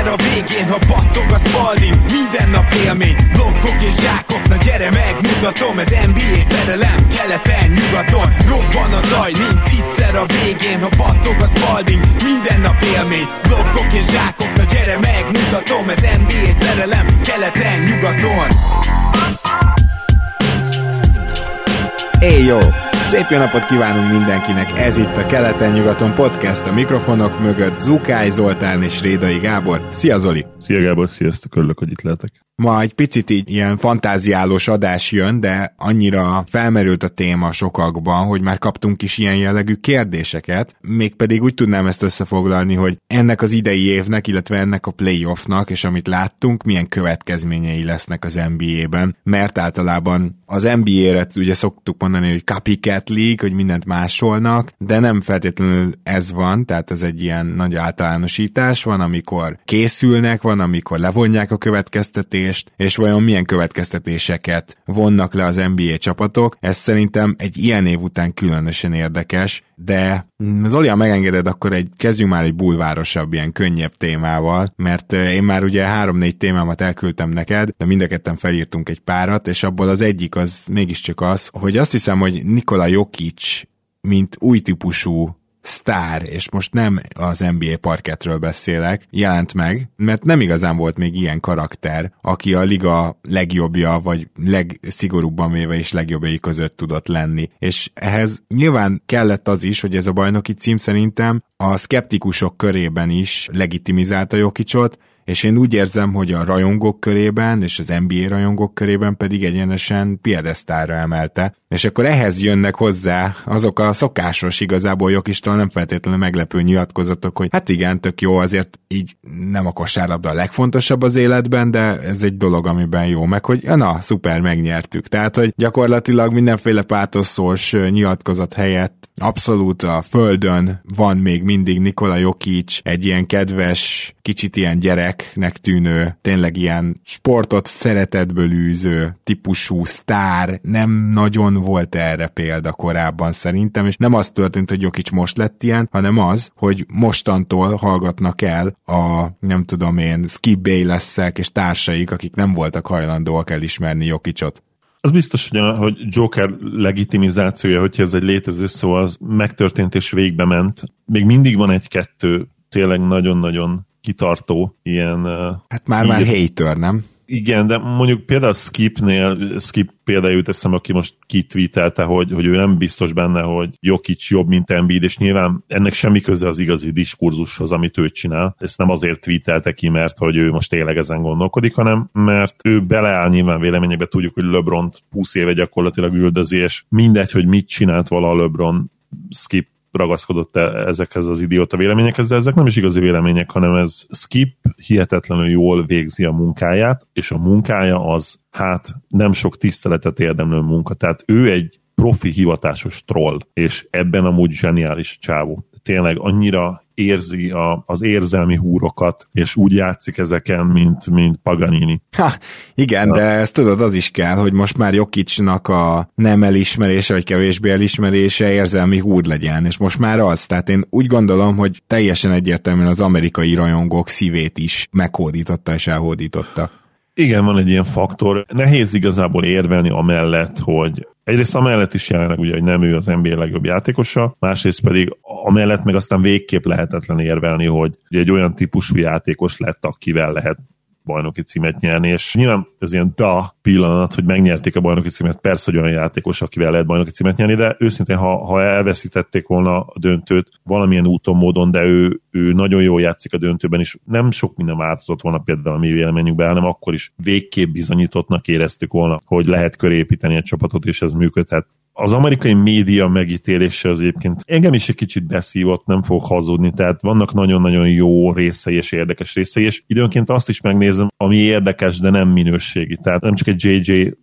Egyszer a végén, ha battog a Spalding, minden nap élmény, blokkok és zsákok, na gyere megmutatom, ez NBA szerelem, keleten, nyugaton, robban a zaj, nincs egyszer a végén, ha battog a Spalding, minden nap élmény, blokkok és zsákok, na gyere megmutatom, ez NBA szerelem, keleten, nyugaton. Jó! Szép jó napot kívánunk mindenkinek! Ez itt a Keleten-nyugaton podcast, a mikrofonok mögött Zukály Zoltán és Rédai Gábor. Szia Zoli! Szia Gábor, sziasztok, örülök, hogy itt lehetek. Ma egy picit így ilyen fantáziálós adás jön, de annyira felmerült a téma sokakban, hogy már kaptunk is ilyen jellegű kérdéseket, mégpedig úgy tudnám ezt összefoglalni, hogy ennek az idei évnek, illetve ennek a playoffnak, és amit láttunk, milyen következményei lesznek az NBA-ben, mert általában az NBA-re ugye szoktuk mondani, hogy copycat league, hogy mindent másolnak, de nem feltétlenül ez van, tehát ez egy ilyen nagy általánosítás, van, amikor készülnek, van, amikor levonják a következtetést, és vajon milyen következtetéseket vonnak le az NBA csapatok. Ez szerintem egy ilyen év után különösen érdekes, de Zoli, ha megengeded, akkor kezdjünk már egy bulvárosabb, ilyen könnyebb témával, mert én már ugye 3-4 témámat elküldtem neked, de mind a ketten felírtunk egy párat, és abból az egyik az mégiscsak az, hogy azt hiszem, hogy Nikola Jokic, mint új típusú sztár, és most nem az NBA parkettről beszélek, jelent meg, mert nem igazán volt még ilyen karakter, aki a liga legjobbja, vagy legszigorúbban véve is legjobbjai között tudott lenni. És ehhez nyilván kellett az is, hogy ez a bajnoki cím szerintem a szkeptikusok körében is legitimizálta Jokicot, és én úgy érzem, hogy a rajongók körében, és az NBA rajongók körében pedig egyenesen piedesztálra emelte. És akkor ehhez jönnek hozzá azok a szokásos, igazából Jokictól nem feltétlenül meglepő nyilatkozatok, hogy hát igen, tök jó, azért így nem a kosárlabda a legfontosabb az életben, de ez egy dolog, amiben jó, meg hogy na, szuper, megnyertük. Tehát, hogy gyakorlatilag mindenféle pátoszós nyilatkozat helyett abszolút a földön van még mindig Nikola Jokic, egy ilyen kedves, kicsit ilyen gyereknek tűnő, tényleg ilyen sportot szeretetből űző típusú sztár, nem nagyon volt erre példa korábban szerintem, és nem az történt, hogy Jokic most lett ilyen, hanem az, hogy mostantól hallgatnak el a, nem tudom én, Skip Bayless-ek és társaik, akik nem voltak hajlandóak elismerni Jokicot. Az biztos, hogy Joker legitimizációja, hogyha ez egy létező szó, az megtörtént és végbe ment. Még mindig van egy-kettő tényleg nagyon-nagyon kitartó ilyen... Hát már hater, nem? Igen, de mondjuk például Skip például jut eszem, aki most kitweetelte, hogy ő nem biztos benne, hogy Jokic jobb, mint Embiid, és nyilván ennek semmi köze az igazi diskurzushoz, amit ő csinál. Ezt nem azért tweetelte ki, mert hogy ő most tényleg ezen gondolkodik, hanem mert ő beleáll nyilván véleményekbe, tudjuk, hogy LeBront 20 éve gyakorlatilag üldözi, és mindegy, hogy mit csinált vala LeBron, Skip ragaszkodott ezekhez az idióta véleményekhez, de ezek nem is igazi vélemények, hanem ez Skip hihetetlenül jól végzi a munkáját, és a munkája az hát nem sok tiszteletet érdemlő munka, tehát ő egy profi hivatásos troll, és ebben amúgy zseniális csávó. Tényleg annyira érzi az érzelmi húrokat, és úgy játszik ezeken, mint Paganini. Igen, de ezt tudod, az is kell, hogy most már Jokicnak a nem elismerése, vagy kevésbé elismerése érzelmi húr legyen, és most már az. Tehát én úgy gondolom, hogy teljesen egyértelműen az amerikai rajongók szívét is meghódította és elhódította. Igen, van egy ilyen faktor. Nehéz igazából érvelni amellett, hogy egyrészt amellett is jelenleg ugye, hogy nem ő az NBA legjobb játékosa, másrészt pedig amellett meg aztán végképp lehetetlen érvelni, hogy egy olyan típusú játékos lett, akivel lehet bajnoki címet nyerni, és nyilván ez ilyen pillanat, hogy megnyerték a bajnoki címet, persze, hogy olyan játékos, akivel lehet bajnoki címet nyerni, de őszintén, ha elveszítették volna a döntőt valamilyen úton, módon, de ő nagyon jól játszik a döntőben, és nem sok minden változott volna például a mi véleményünkben, hanem akkor is végképp bizonyítottnak éreztük volna, hogy lehet köré építeni egy csapatot, és ez működhet. Az amerikai média megítélése az egyébként engem is egy kicsit beszívott, nem fog hazudni, tehát vannak nagyon-nagyon jó részei és érdekes részei, és időnként azt is megnézem, ami érdekes, de nem minőségi. Tehát nem csak egy JJ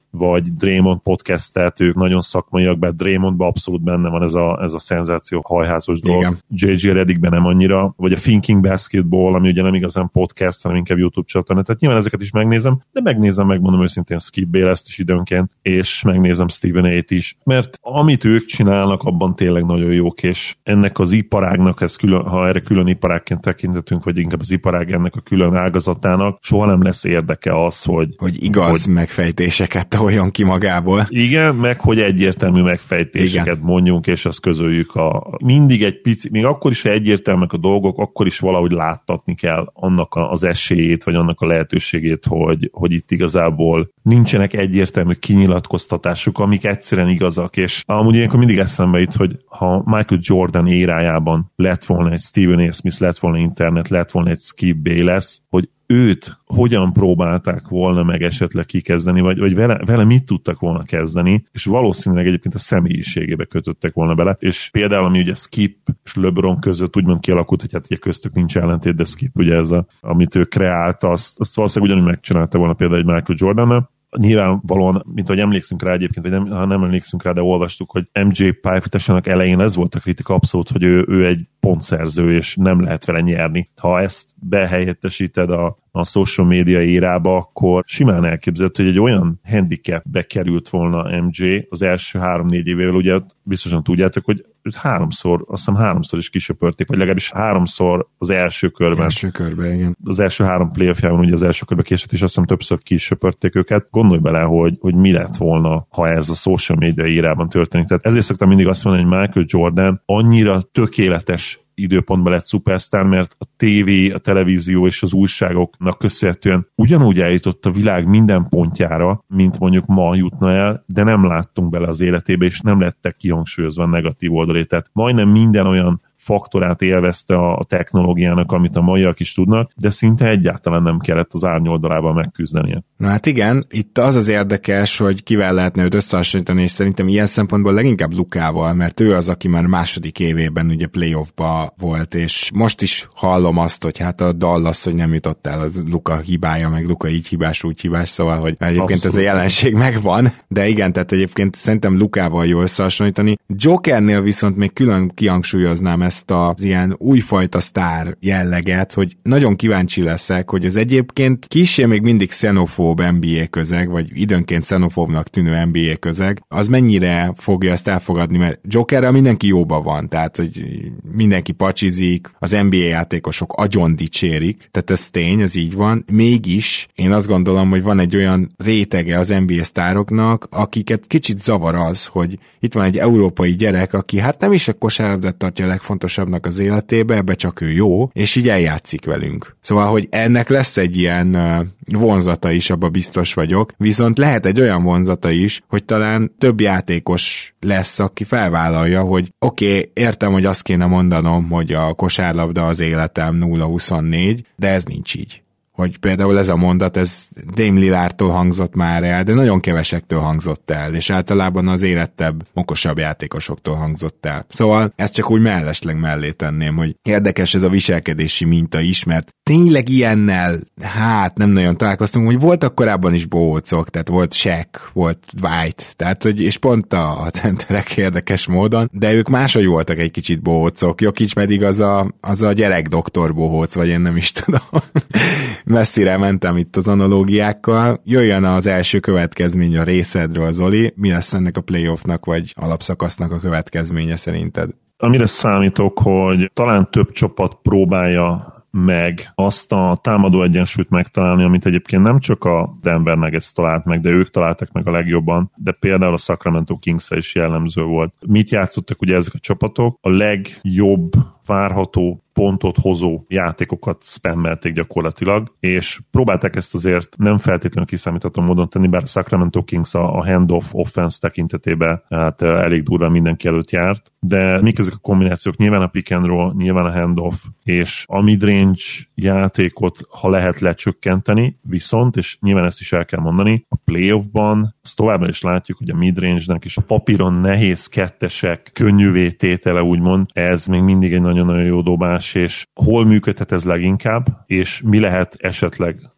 vagy Draymond podcastet, ők nagyon szakmaiak, bár Draymondban abszolút benne van ez a szenzáció hajházos dolog. JJ Redickben nem annyira, vagy a Thinking Basketball, ami ugye nem igazán podcast, hanem inkább YouTube csatorna. Tehát nyilván ezeket is megnézem, de megmondom őszintén Skip Bayless-t is időnként, és megnézem Stephen A-t is, mert amit ők csinálnak, abban tényleg nagyon jók, és ennek az iparágnak, ha erre külön iparágként tekintetünk, vagy inkább az iparág ennek a külön ágazatának, soha nem lesz érdeke az, hogy igaz megfejtéseket toljon ki magából. Igen, meg hogy egyértelmű megfejtéseket mondjunk, és azt közöljük mindig egy pici, még akkor is, ha egyértelműek a dolgok, akkor is valahogy láttatni kell annak az esélyét, vagy annak a lehetőségét, hogy itt igazából nincsenek egyértelmű kinyilatkoztatásuk, amik egyszerűen igazak, és amúgy ilyenkor mindig eszembe itt, hogy ha Michael Jordan érájában lett volna egy Stephen A. Smith, lett volna internet, lett volna egy Skip Bayless, hogy őt hogyan próbálták volna meg esetleg kikezdeni, vagy vele mit tudtak volna kezdeni, és valószínűleg egyébként a személyiségébe kötöttek volna bele, és például ami ugye Skip és LeBron között úgymond kialakult, hogy hát ugye köztük nincs ellentét, de Skip ugye amit ő kreálta, azt valószínűleg ugyanúgy megcsinálta volna például egy Michael Jordannal. Nyilvánvalóan, mint ahogy emlékszünk rá egyébként, vagy nem emlékszünk rá, de olvastuk, hogy MJ pályafutásának elején ez volt a kritika abszolút, hogy ő egy pontszerző, és nem lehet vele nyerni. Ha ezt behelyettesíted a social media érába, akkor simán elképzelhető, hogy egy olyan handicapbe került volna MJ az első 3-4 évével, ugye biztosan tudjátok, hogy őt azt hiszem háromszor is kisöpörték, vagy legalábbis 3-szor az első körben. Igen. Az első 3 playoffjában, ugye az első körben késett, és azt hiszem többször kisöpörték őket. Gondolj bele, hogy mi lett volna, ha ez a social media érában történik. Tehát ezért szoktam mindig azt mondani, hogy Michael Jordan annyira tökéletes időpontban lett szupersztár, mert a tévé, a televízió és az újságoknak köszönhetően ugyanúgy eljutott a világ minden pontjára, mint mondjuk ma jutna el, de nem láttunk bele az életébe, és nem lettek kihangsúlyozva a negatív oldalét. Tehát majdnem minden olyan faktorát élvezte a technológiának, amit a maiak is tudnak, de szinte egyáltalán nem kellett az árnyoldalában megküzdenie. Na hát igen, itt az érdekes, hogy kivel lehetne őt összehasonlítani, és szerintem ilyen szempontból leginkább Lukával, mert ő az, aki már második évében ugye playoffba volt, és most is hallom azt, hogy hát a Dallas, hogy nem jutott el, az Luka hibája, meg Luka így hibás, úgy hibás, szóval, hogy egyébként abszolút ez a jelenség megvan, de igen, tehát egyébként szerintem Lukával jó összehasonlítani. Jokernél viszont még külön kihangsúlyoznám ezt az ilyen újfajta sztár jelleget, hogy nagyon kíváncsi leszek, hogy az egyébként kissé még mindig xenofób NBA közeg, vagy időnként xenofóbnak tűnő NBA közeg, az mennyire fogja ezt elfogadni, mert Jokerrel mindenki jóba van, tehát hogy mindenki pacsizik, az NBA játékosok agyon dicsérik, tehát ez tény, ez így van. Mégis én azt gondolom, hogy van egy olyan rétege az NBA sztároknak, akiket kicsit zavar az, hogy itt van egy európai gyerek, aki hát nem is a kosárlabdát tartja a legfontosabbnak az életébe, ebbe csak ő jó, és így eljátszik velünk. Szóval, hogy ennek lesz egy ilyen vonzata is, abba biztos vagyok, viszont lehet egy olyan vonzata is, hogy talán több játékos lesz, aki felvállalja, hogy oké, értem, hogy azt kéne mondanom, hogy a kosárlabda az életem 0-24, de ez nincs így. Hogy például ez a mondat, ez Dame Lillardtól hangzott már el, de nagyon kevesektől hangzott el, és általában az érettebb, okosabb játékosoktól hangzott el. Szóval ezt csak úgy mellesleg mellé tenném, hogy érdekes ez a viselkedési minta is, mert tényleg ilyennel, hát nem nagyon találkoztunk, hogy voltak korábban is bohócok, tehát volt Shaq, volt White, tehát hogy, és pont a centerek érdekes módon, de ők máshogy voltak egy kicsit bohócok, Jokic pedig az a gyerek doktor bohóc, vagy én nem is tudom. Messzire mentem itt az analógiákkal. Jöjjön az első következmény a részedről, Zoli. Mi lesz ennek a playoffnak, vagy alapszakasznak a következménye szerinted? Amire számítok, hogy talán több csapat próbálja meg azt a támadó egyensúlyt megtalálni, amit egyébként nem csak a Denver Nuggets talált meg, de ők találtak meg a legjobban, de például a Sacramento Kingsre is jellemző volt. Mit játszottak ugye ezek a csapatok? A legjobb várható pontot hozó játékokat spammelték gyakorlatilag, és próbálták ezt azért nem feltétlenül kiszámítható módon tenni, bár a Sacramento Kings a handoff offense tekintetében hát elég durván mindenki előtt járt, de mik ezek a kombinációk? Nyilván a pick and roll, nyilván a handoff, és a midrange játékot, ha lehet lecsökkenteni, viszont, és nyilván ezt is el kell mondani, a playoffban azt továbbra is látjuk, hogy a midrange-nek és a papíron nehéz kettesek könnyűvé tétele úgymond, ez még mindig egy nagyon-nagyon jó dobás, és hol működhet ez leginkább, és mi lehet esetleg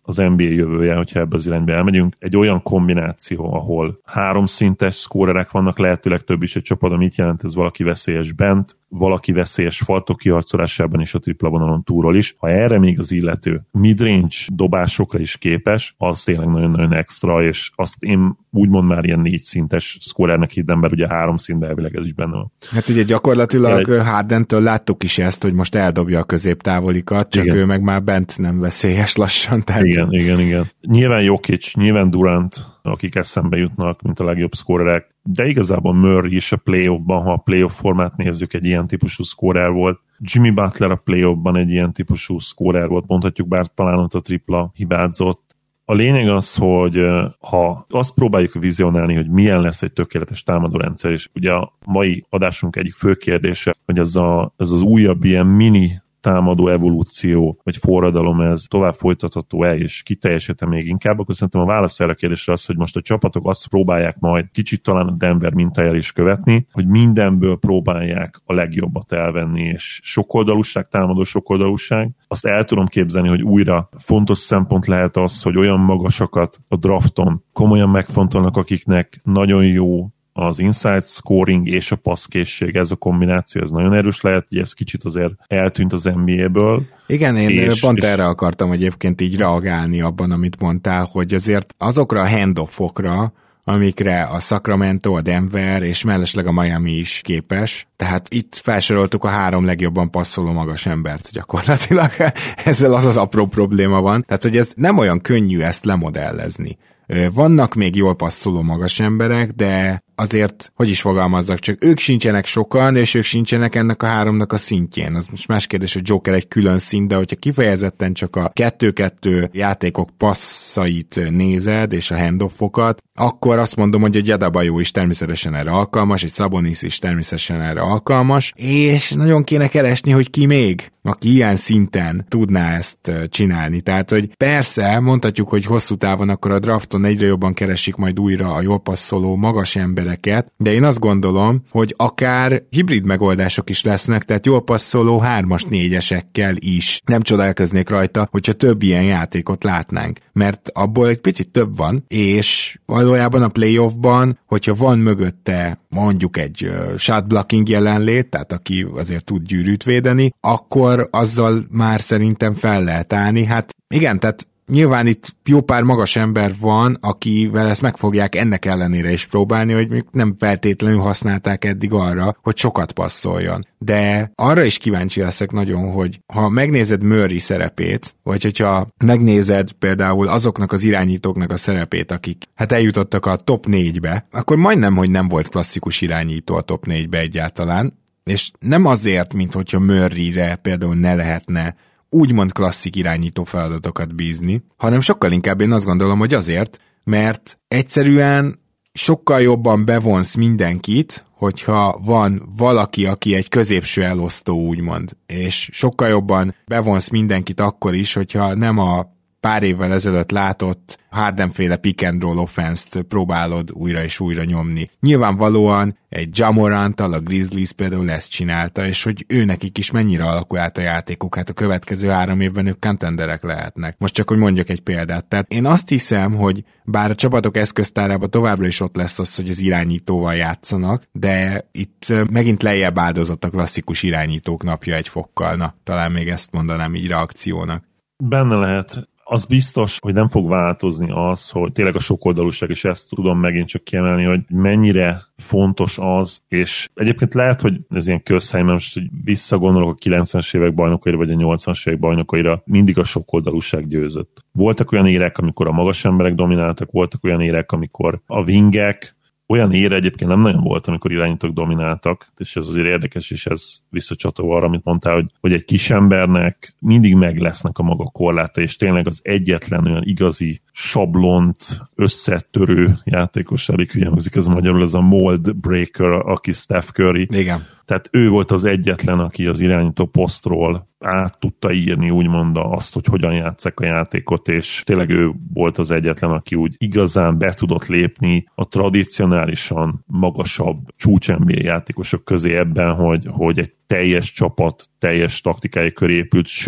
az NBA jövője, hogyha ebbe az irányba elmegyünk. Egy olyan kombináció, ahol 3 szintes szkórerek vannak, lehetőleg több is egy csapatban. Mit jelent ez? Valaki veszélyes bent, valaki veszélyes faltok kiharcolásában és a tripla vonalon túlról is. Ha erre még az illető midrange dobásokra is képes, az tényleg nagyon-nagyon extra, és azt én úgymond már ilyen 4 szintes szkórernek hiddem, bár ugye 3 szintben elvileg ez is benne van. Hát ugye gyakorlatilag Hardentől láttuk is ezt, hogy most eldobja a középtávolikat, csak igen. Ő meg már bent nem veszélyes lassan. Tehát... Igen. Nyilván Jokic, nyilván Durant, akik eszembe jutnak, mint a legjobb szkórerek, de igazából Murray is a playoffban, ha a playoff formát nézzük, egy ilyen típusú szkórer volt. Jimmy Butler a playoffban egy ilyen típusú szkórer volt, mondhatjuk, bár talán ott a tripla hibázott. A lényeg az, hogy ha azt próbáljuk vizionálni, hogy milyen lesz egy tökéletes támadórendszer, és ugye a mai adásunk egyik fő kérdése, hogy ez az újabb ilyen mini támadó evolúció, vagy forradalom, ez tovább folytatható-e, és kiteljesíte még inkább, akkor szerintem a válasz erre a kérdésre az, hogy most a csapatok azt próbálják majd kicsit talán a Denver mintájára is követni, hogy mindenből próbálják a legjobbat elvenni, és sokoldalúság, támadó sokoldalúság. Azt el tudom képzelni, hogy újra fontos szempont lehet az, hogy olyan magasakat a drafton komolyan megfontolnak, akiknek nagyon jó az inside scoring és a passzkészség, ez a kombináció, ez nagyon erős lehet, hogy ez kicsit azért eltűnt az NBA-ből. Igen, én pont erre akartam egyébként így reagálni abban, amit mondtál, hogy azért azokra a handoffokra, amikre a Sacramento, a Denver és mellesleg a Miami is képes. Tehát itt felsoroltuk a 3 legjobban passzoló magas embert gyakorlatilag. Ezzel az apró probléma van. Tehát, hogy ez nem olyan könnyű ezt lemodellezni. Vannak még jól passzoló magas emberek, de azért, hogy is fogalmazzak, csak ők sincsenek sokan, és ők sincsenek ennek a 3-nak a szintjén. Az most más kérdés, hogy Joker egy külön szint, de hogyha kifejezetten csak a 2-2 játékok passzait nézed, és a handoffokat, akkor azt mondom, hogy egy Adebayo is természetesen erre alkalmas, egy Sabonis is természetesen erre alkalmas, és nagyon kéne keresni, hogy ki még, aki ilyen szinten tudná ezt csinálni. Tehát, hogy persze, mondhatjuk, hogy hosszú távon akkor a drafton egyre jobban keresik majd újra a jól passzoló magas embereket, de én azt gondolom, hogy akár hibrid megoldások is lesznek, tehát jól passzoló 3-as, 4-esekkel is. Nem csodálkoznék rajta, hogyha több ilyen játékot látnánk, mert abból egy picit több van, és valójában a playoffban, hogyha van mögötte mondjuk egy shot blocking jelenlét, tehát aki azért tud gyűrűt védeni, akkor azzal már szerintem fel lehet állni. Hát igen, tehát nyilván itt jó pár magas ember van, akivel ezt meg fogják ennek ellenére is próbálni, hogy még nem feltétlenül használták eddig arra, hogy sokat passzoljon. De arra is kíváncsi leszek nagyon, hogy ha megnézed Murray szerepét, vagy hogyha megnézed például azoknak az irányítóknak a szerepét, akik hát eljutottak a top 4-be, akkor majdnem, hogy nem volt klasszikus irányító a top 4-be egyáltalán, és nem azért, mint hogyha Murrayre például ne lehetne úgymond klasszik irányító feladatokat bízni, hanem sokkal inkább én azt gondolom, hogy azért, mert egyszerűen sokkal jobban bevonsz mindenkit, hogyha van valaki, aki egy középső elosztó úgymond, és sokkal jobban bevonsz mindenkit akkor is, hogyha nem a pár évvel ezelőtt látott Harden-féle pick and roll offense-t próbálod újra és újra nyomni. Nyilvánvalóan egy Ja Moranttal a Grizzlies például ezt csinálta, és hogy őnekik is mennyire alakul át a játékuk, hát a következő 3 évben ők contenderek lehetnek. Most csak, hogy mondjak egy példát. Tehát én azt hiszem, hogy bár a csapatok eszköztárában továbbra is ott lesz az, hogy az irányítóval játszanak, de itt megint lejjebb áldozott a klasszikus irányítók napja egy fokkal. Na, talán még ezt mondanám így reakciónak. Benne lehet. Az biztos, hogy nem fog változni az, hogy tényleg a sokoldalúság, és ezt tudom megint csak kiemelni, hogy mennyire fontos az, és egyébként lehet, hogy ez ilyen közhely, mert most hogy visszagondolok a 90-es évek bajnokaira, vagy a 80-as évek bajnokaira, mindig a sokoldalúság győzött. Voltak olyan érek, amikor a magas emberek domináltak, voltak olyan érek, amikor a wingek, olyan ére egyébként nem nagyon volt, amikor irányítók domináltak, és ez azért érdekes, és ez visszacsatol arra, amit mondtál, hogy egy kis embernek mindig meg lesznek a maga korláta, és tényleg az egyetlen olyan igazi sablont összetörő játékos, elég hülyen hangzik ez magyarul, ez a mold breaker, aki Steph Curry. Igen. Tehát ő volt az egyetlen, aki az irányító posztról át tudta írni, úgymond azt, hogy hogyan játsszák a játékot, és tényleg ő volt az egyetlen, aki úgy igazán be tudott lépni a tradicionálisan magasabb csúcs NBA játékosok közé ebben, hogy egy teljes csapat, teljes taktikai köré épült, sőt,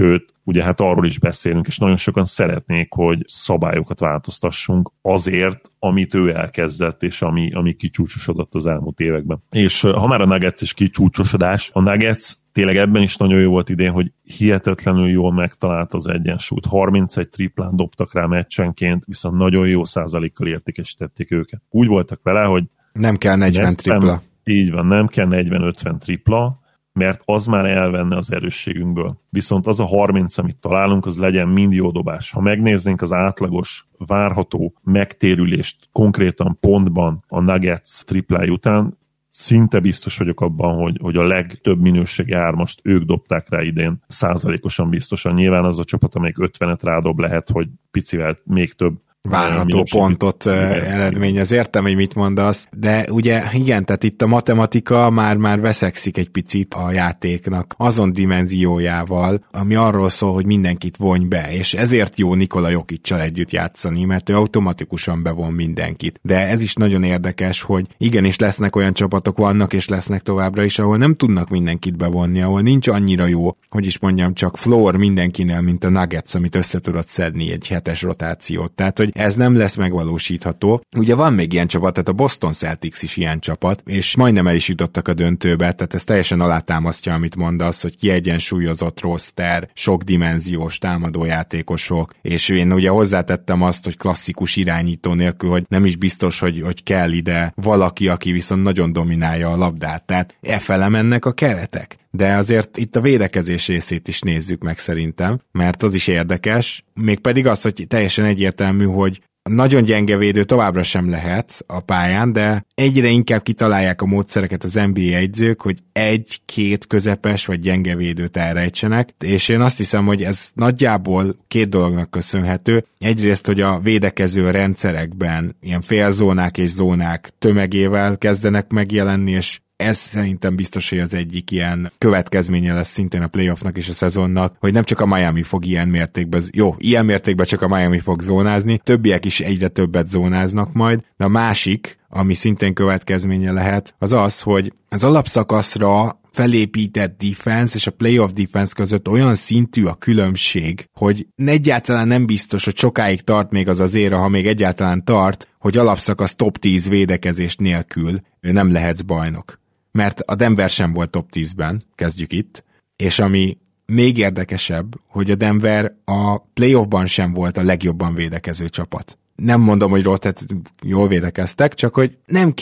ugye hát arról is beszélünk, és nagyon sokan szeretnék, hogy szabályokat változtassunk azért, amit ő elkezdett, és ami kicsúcsosodott az elmúlt években. És ha már a Nuggets is kicsúcsosodás, a Nuggets tényleg ebben is nagyon jó volt idén, hogy hihetetlenül jól megtalált az egyensúlyt. 31 triplán dobtak rá meccsenként, viszont nagyon jó százalékkal értékesítették őket. Úgy voltak vele, hogy nem kell 40 tripla. Így van, nem kell 40-50 tripla, mert az már elvenne az erősségünkből. Viszont az a 30, amit találunk, az legyen mind jó dobás. Ha megnéznénk az átlagos, várható megtérülést konkrétan pontban a Nuggets triplái után, szinte biztos vagyok abban, hogy a legtöbb minőségi ármast ők dobták rá idén, százalékosan biztosan. Nyilván az a csapat, amelyik 50-et rádob, lehet, hogy picivel még több várható pontot eredményez. Értem, hogy mit mondasz, de ugye igen, tehát itt a matematika már veszekszik egy picit a játéknak azon dimenziójával, ami arról szól, hogy mindenkit vonj be, és ezért jó Nikola Jokic-sal együtt játszani, mert ő automatikusan bevon mindenkit. De ez is nagyon érdekes, hogy igenis lesznek olyan csapatok, vannak és lesznek továbbra is, ahol nem tudnak mindenkit bevonni, ahol nincs annyira jó, hogy is mondjam, csak floor mindenkinél, mint a Nuggets, amit össze tudod szedni egy 7-es rotációt. Tehát, hogy ez nem lesz megvalósítható. Ugye van még ilyen csapat, tehát a Boston Celtics is ilyen csapat, és majdnem el is jutottak a döntőbe, tehát ez teljesen alátámasztja, amit mondasz, hogy kiegyensúlyozott roster, sokdimenziós támadójátékosok, és én ugye hozzátettem azt, hogy klasszikus irányító nélkül, hogy nem is biztos, hogy kell ide valaki, aki viszont nagyon dominálja a labdát, tehát fele mennek a keretek. De azért itt a védekezés részét is nézzük meg szerintem, mert az is érdekes, mégpedig az, hogy teljesen egyértelmű, hogy nagyon gyenge védő továbbra sem lehet a pályán, de egyre inkább kitalálják a módszereket az NBA edzők, hogy 1-2 közepes vagy gyenge védőt elrejtsenek, és én azt hiszem, hogy ez nagyjából 2 dolognak köszönhető. Egyrészt, hogy a védekező rendszerekben ilyen félzónák és zónák tömegével kezdenek megjelenni, és ez szerintem biztos, hogy az egyik ilyen következménye lesz szintén a playoffnak és a szezonnak, hogy nem csak a Miami fog ilyen mértékben, ilyen mértékben csak a Miami fog zónázni, többiek is egyre többet zónáznak majd, de a másik, ami szintén következménye lehet, az az, hogy az alapszakaszra felépített defense és a playoff defense között olyan szintű a különbség, hogy egyáltalán nem biztos, hogy sokáig tart még az éra, ha még egyáltalán tart, hogy alapszakasz top 10 védekezés nélkül nem lehetsz bajnok. Mert a Denver sem volt top 10-ben, kezdjük itt, és ami még érdekesebb, hogy a Denver a playoffban sem volt a legjobban védekező csapat. Nem mondom, hogy rossz, tehát jól védekeztek, csak hogy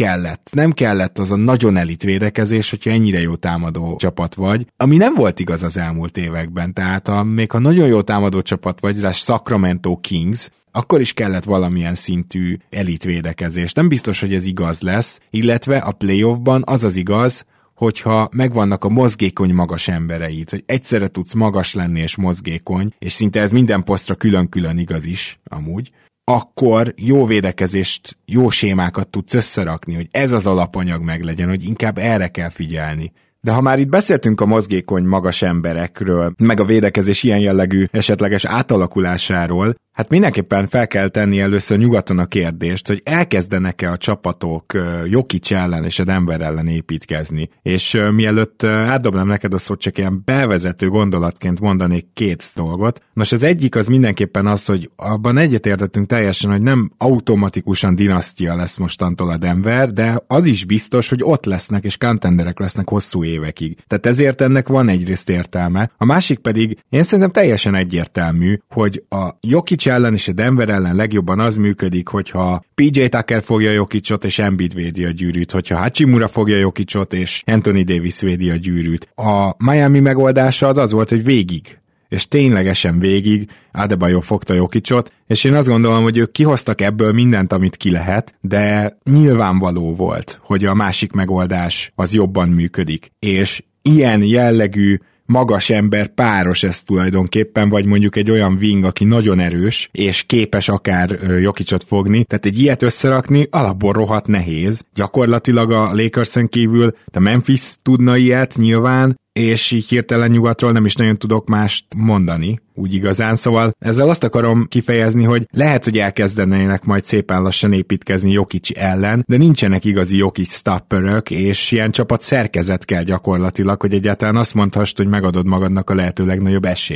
nem kellett az a nagyon elit védekezés, hogyha ennyire jó támadó csapat vagy, ami nem volt igaz az elmúlt években, tehát még ha nagyon jó támadó csapat vagy, rá Sacramento Kings, akkor is kellett valamilyen szintű elitvédekezés. Nem biztos, hogy ez igaz lesz, illetve a playoffban az az igaz, hogyha megvannak a mozgékony magas embereid, hogy egyszerre tudsz magas lenni és mozgékony, és szinte ez minden posztra külön-külön igaz is, amúgy, akkor jó védekezést, jó sémákat tudsz összerakni, hogy ez az alapanyag meglegyen, hogy inkább erre kell figyelni. De ha már itt beszéltünk a mozgékony magas emberekről, meg a védekezés ilyen jellegű esetleges átalakulásáról, hát mindenképpen fel kell tenni először nyugaton a kérdést, hogy elkezdenek-e a csapatok Jokic ellen és a Denver ellen építkezni. És mielőtt átdobnám neked a szót, csak ilyen bevezető gondolatként mondanék 2 dolgot. Nos, az egyik az mindenképpen az, hogy abban egyetértettünk teljesen, hogy nem automatikusan dinasztia lesz mostantól a Denver, de az is biztos, hogy ott lesznek és contenderek lesznek hosszú évekig. Tehát ezért ennek van egyrészt értelme. A másik pedig én szerintem teljesen egyértelmű, hogy a Jokic ellen és a Denver ellen legjobban az működik, hogyha PJ Tucker fogja Jokicot és Embiid védi a gyűrűt, hogyha Hachimura fogja Jokicot és Anthony Davis védi a gyűrűt. A Miami megoldása az volt, hogy végig, és ténylegesen végig Adebayo fogta Jokicot, és én azt gondolom, hogy ők kihoztak ebből mindent, amit ki lehet, de nyilvánvaló volt, hogy a másik megoldás az jobban működik, és ilyen jellegű magas ember páros ez tulajdonképpen, vagy mondjuk egy olyan wing, aki nagyon erős, és képes akár Jokicot fogni, tehát egy ilyet összerakni alapból rohadt nehéz. Gyakorlatilag a Lakersen kívül a Memphis tudna ilyet nyilván, és így hirtelen nyugatról nem is nagyon tudok mást mondani, úgy igazán. Szóval ezzel azt akarom kifejezni, hogy lehet, hogy elkezdenének majd szépen lassan építkezni Jokic ellen, de nincsenek igazi Jokic stopperök, és ilyen csapat szerkezet kell gyakorlatilag, hogy egyáltalán azt mondhassd, hogy megadod magadnak a lehető legnagyobb esélyt.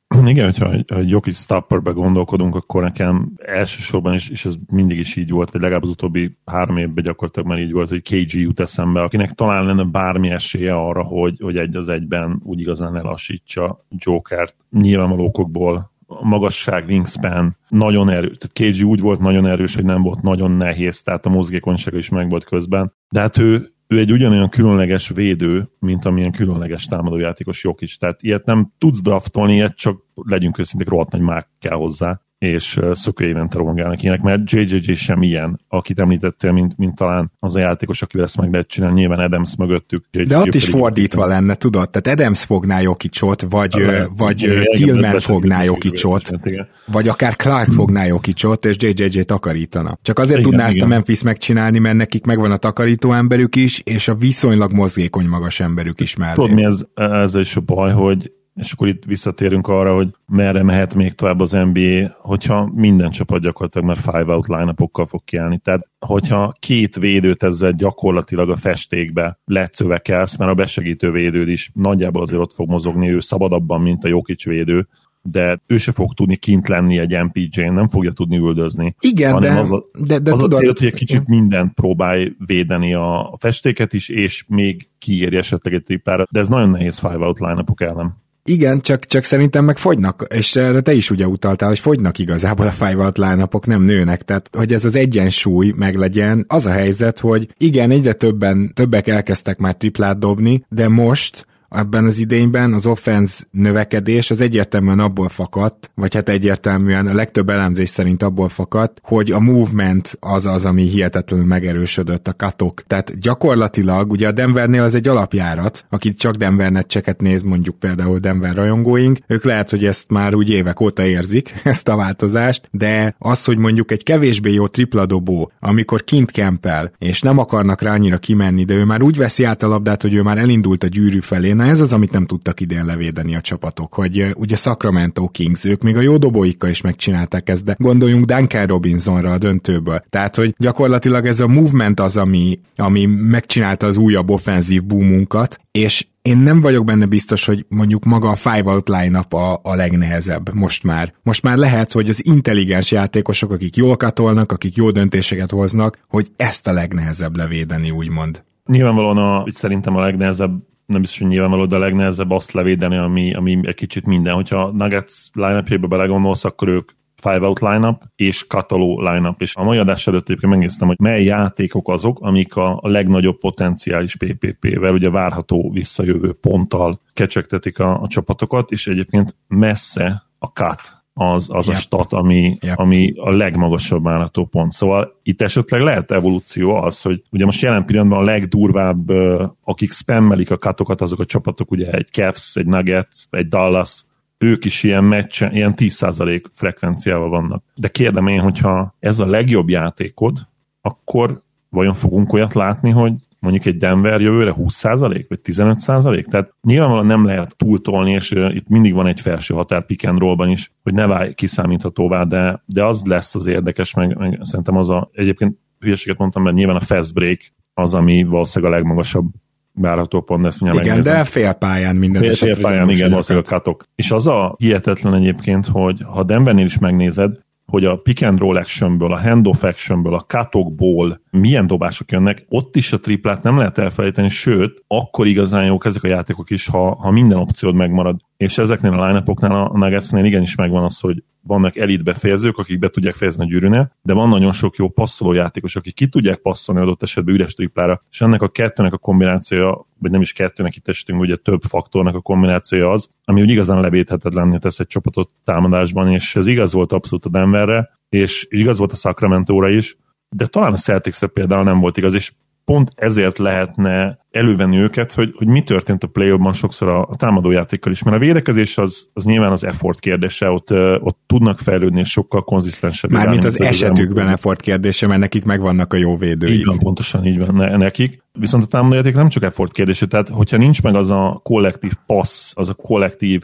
Igen, hogyha egy Jokic stopperbe gondolkodunk, akkor nekem elsősorban is, és ez mindig is így volt, vagy legalább az utóbbi 3 évben gyakorlatilag már így volt, hogy KG jut eszembe, akinek talán lenne bármi esélye arra, hogy egy az egyben úgy igazán elassítsa Jokert. Nyilvánvaló okokból a magasság, wingspan, nagyon erős. Tehát KG úgy volt nagyon erős, hogy nem volt nagyon nehéz, tehát a mozgékonysága is meg volt közben. De hát ő egy ugyanolyan különleges védő, mint amilyen különleges támadójátékos Jokic. Tehát ilyet nem tudsz draftolni, ilyet csak legyünk őszinték, rohadt nagy mák kell hozzá, és szökőévente rohangálnak ilyenek, mert JJJ sem ilyen, akit említettél, mint talán az a játékos, akivel ezt meg lehet csinálni, nyilván Adams mögöttük. De ott is fordítva lenne, tudod? Tehát Adams fogná Jokicot, vagy Tillman fogná Jokicot, vagy akár Clark fogná Jokicot, és JJJ takarítana. Csak azért tudná ezt a Memphis megcsinálni, mert nekik megvan a takarító emberük is, és a viszonylag mozgékony magas emberük is mellé. Tudod, mi ez is a baj, hogy és akkor itt visszatérünk arra, hogy merre mehet még tovább az NBA, hogyha minden csapat gyakorlatilag már 5-out line-upokkal fog kiállni. Tehát, hogyha 2 védőt ezzel gyakorlatilag a festékbe lecövekelsz, mert a besegítő védőd is nagyjából azért ott fog mozogni, ő szabadabban, mint a Jokic védő, de ő se fog tudni kint lenni egy MPJ-n, nem fogja tudni üldözni. Igen, de az tudod, a cél, hogy egy kicsit mindent próbálj védeni a festéket is, és még kiéri esetleg egy triplára, de ez nagyon nehéz 5-out line-upok ellen. Igen, csak szerintem meg fogynak, és te is ugye utaltál, hogy fogynak igazából a 5-out line-upok, nem nőnek, tehát hogy ez az egyensúly meglegyen. Az a helyzet, hogy igen, egyre többek elkezdtek már triplát dobni, de most ebben az idényben az offense növekedés az egyértelműen abból fakadt, vagy hát egyértelműen a legtöbb elemzés szerint abból fakadt, hogy a movement az, ami hihetetlenül megerősödött, a katok. Tehát gyakorlatilag ugye a Denvernél az egy alapjárat, akit csak Denver meccseket néz, mondjuk például Denver rajongóink, ők lehet, hogy ezt már úgy évek óta érzik, ezt a változást, de az, hogy mondjuk egy kevésbé jó tripladobó, amikor kint kempel, és nem akarnak rá annyira kimenni, de ő már úgy veszi át a labdát, hogy ő már elindult a gyűrű felé. Na ez az, amit nem tudtak idén levédeni a csapatok, hogy ugye Sacramento Kings, ők még a jó dobóikkal is megcsinálták ezt, de gondoljunk Duncan Robinsonra a döntőből. Tehát, hogy gyakorlatilag ez a movement az, ami megcsinálta az újabb offenzív boomunkat, és én nem vagyok benne biztos, hogy mondjuk maga a 5-out line-up a legnehezebb most már. Most már lehet, hogy az intelligens játékosok, akik jól katolnak, akik jó döntéseket hoznak, hogy ezt a legnehezebb levédeni, úgymond. Nyilvánvalóan szerintem a legnehezebb, nem biztos, hogy nyilvánvaló, de a legnehezebb azt levédeni, ami egy kicsit minden. Hogyha Nuggets line-upjébe belegondolsz, akkor ők 5-out line-up és katoló line-up. És a mai adás előtt egyébként megnéztem, hogy mely játékok azok, amik a legnagyobb potenciális PPP-vel, ugye várható visszajövő ponttal kecsegtetik a csapatokat, és egyébként messze a cut az a stat, ami a legmagasabb várható pont. Szóval itt esetleg lehet evolúció az, hogy ugye most jelen pillanatban a legdurvább, akik spammelik a cutokat, azok a csapatok, ugye egy Cavs, egy Nuggets, egy Dallas, ők is ilyen meccsen, ilyen 10% frekvenciával vannak. De kérdem én, hogyha ez a legjobb játékod, akkor vajon fogunk olyat látni, hogy mondjuk egy Denver jövőre 20% vagy 15%? Tehát nyilvánvalóan nem lehet túltolni, és itt mindig van egy felső határ pick and rollban is, hogy ne válj kiszámíthatóvá, de az lesz az érdekes, meg szerintem az egyébként hülyeséget mondtam, mert nyilván a fast break az, ami valószínűleg a legmagasabb várható pont, ezt mindjárt igen, de félpályán minden esetre. Félpályán, igen, valószínűleg a katok. És az a hihetetlen egyébként, hogy ha Denvernél is megnézed, hogy a pick and roll actionből, a handoff actionből, a cutokból milyen dobások jönnek, ott is a triplát nem lehet elfelejteni, sőt, akkor igazán jók ezek a játékok is, ha minden opciód megmarad. És ezeknél a line-upoknál, a Nuggetsnél igenis megvan az, hogy vannak elit befejezők, akik be tudják fejezni a gyűrűnél, de van nagyon sok jó passzoló játékos, akik ki tudják passzolni adott esetben üres triplára, és ennek a kettőnek a kombinációja, vagy nem is kettőnek, itt esetünk, ugye több faktornak a kombinációja az, ami úgy igazán levédhetetlenné tesz egy csapatot támadásban, és ez igaz volt abszolút a Denverre, és igaz volt a Sacramento-ra is, de talán a Celticsre például nem volt igaz, és pont ezért lehetne elővenni őket, hogy mi történt a play-offban sokszor a támadójátékkal is, mert a védekezés az nyilván az effort kérdése, ott tudnak fejlődni, és sokkal konzisztensebb. Mármint az esetükben effort kérdése, mert nekik megvannak a jó védői. Így van, pontosan így van nekik. Viszont a támadójáték nem csak effort kérdése, tehát hogyha nincs meg az a kollektív passz, az a kollektív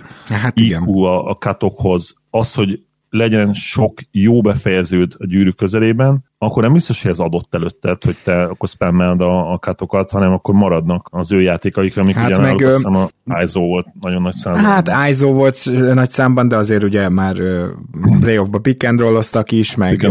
IQ a cutokhoz, az, hogy legyen sok jó befejeződ a gyűrű közelében, akkor nem biztos, hogy ez adott előtted, hogy te akkor spammeld a cutokat, hanem akkor maradnak az ő játékaik, amik hát ugyan meg, azt hiszem a ISO volt nagyon nagy számban. Hát ISO volt nagy számban, de azért ugye már playoffba pick and roll-oztak is, meg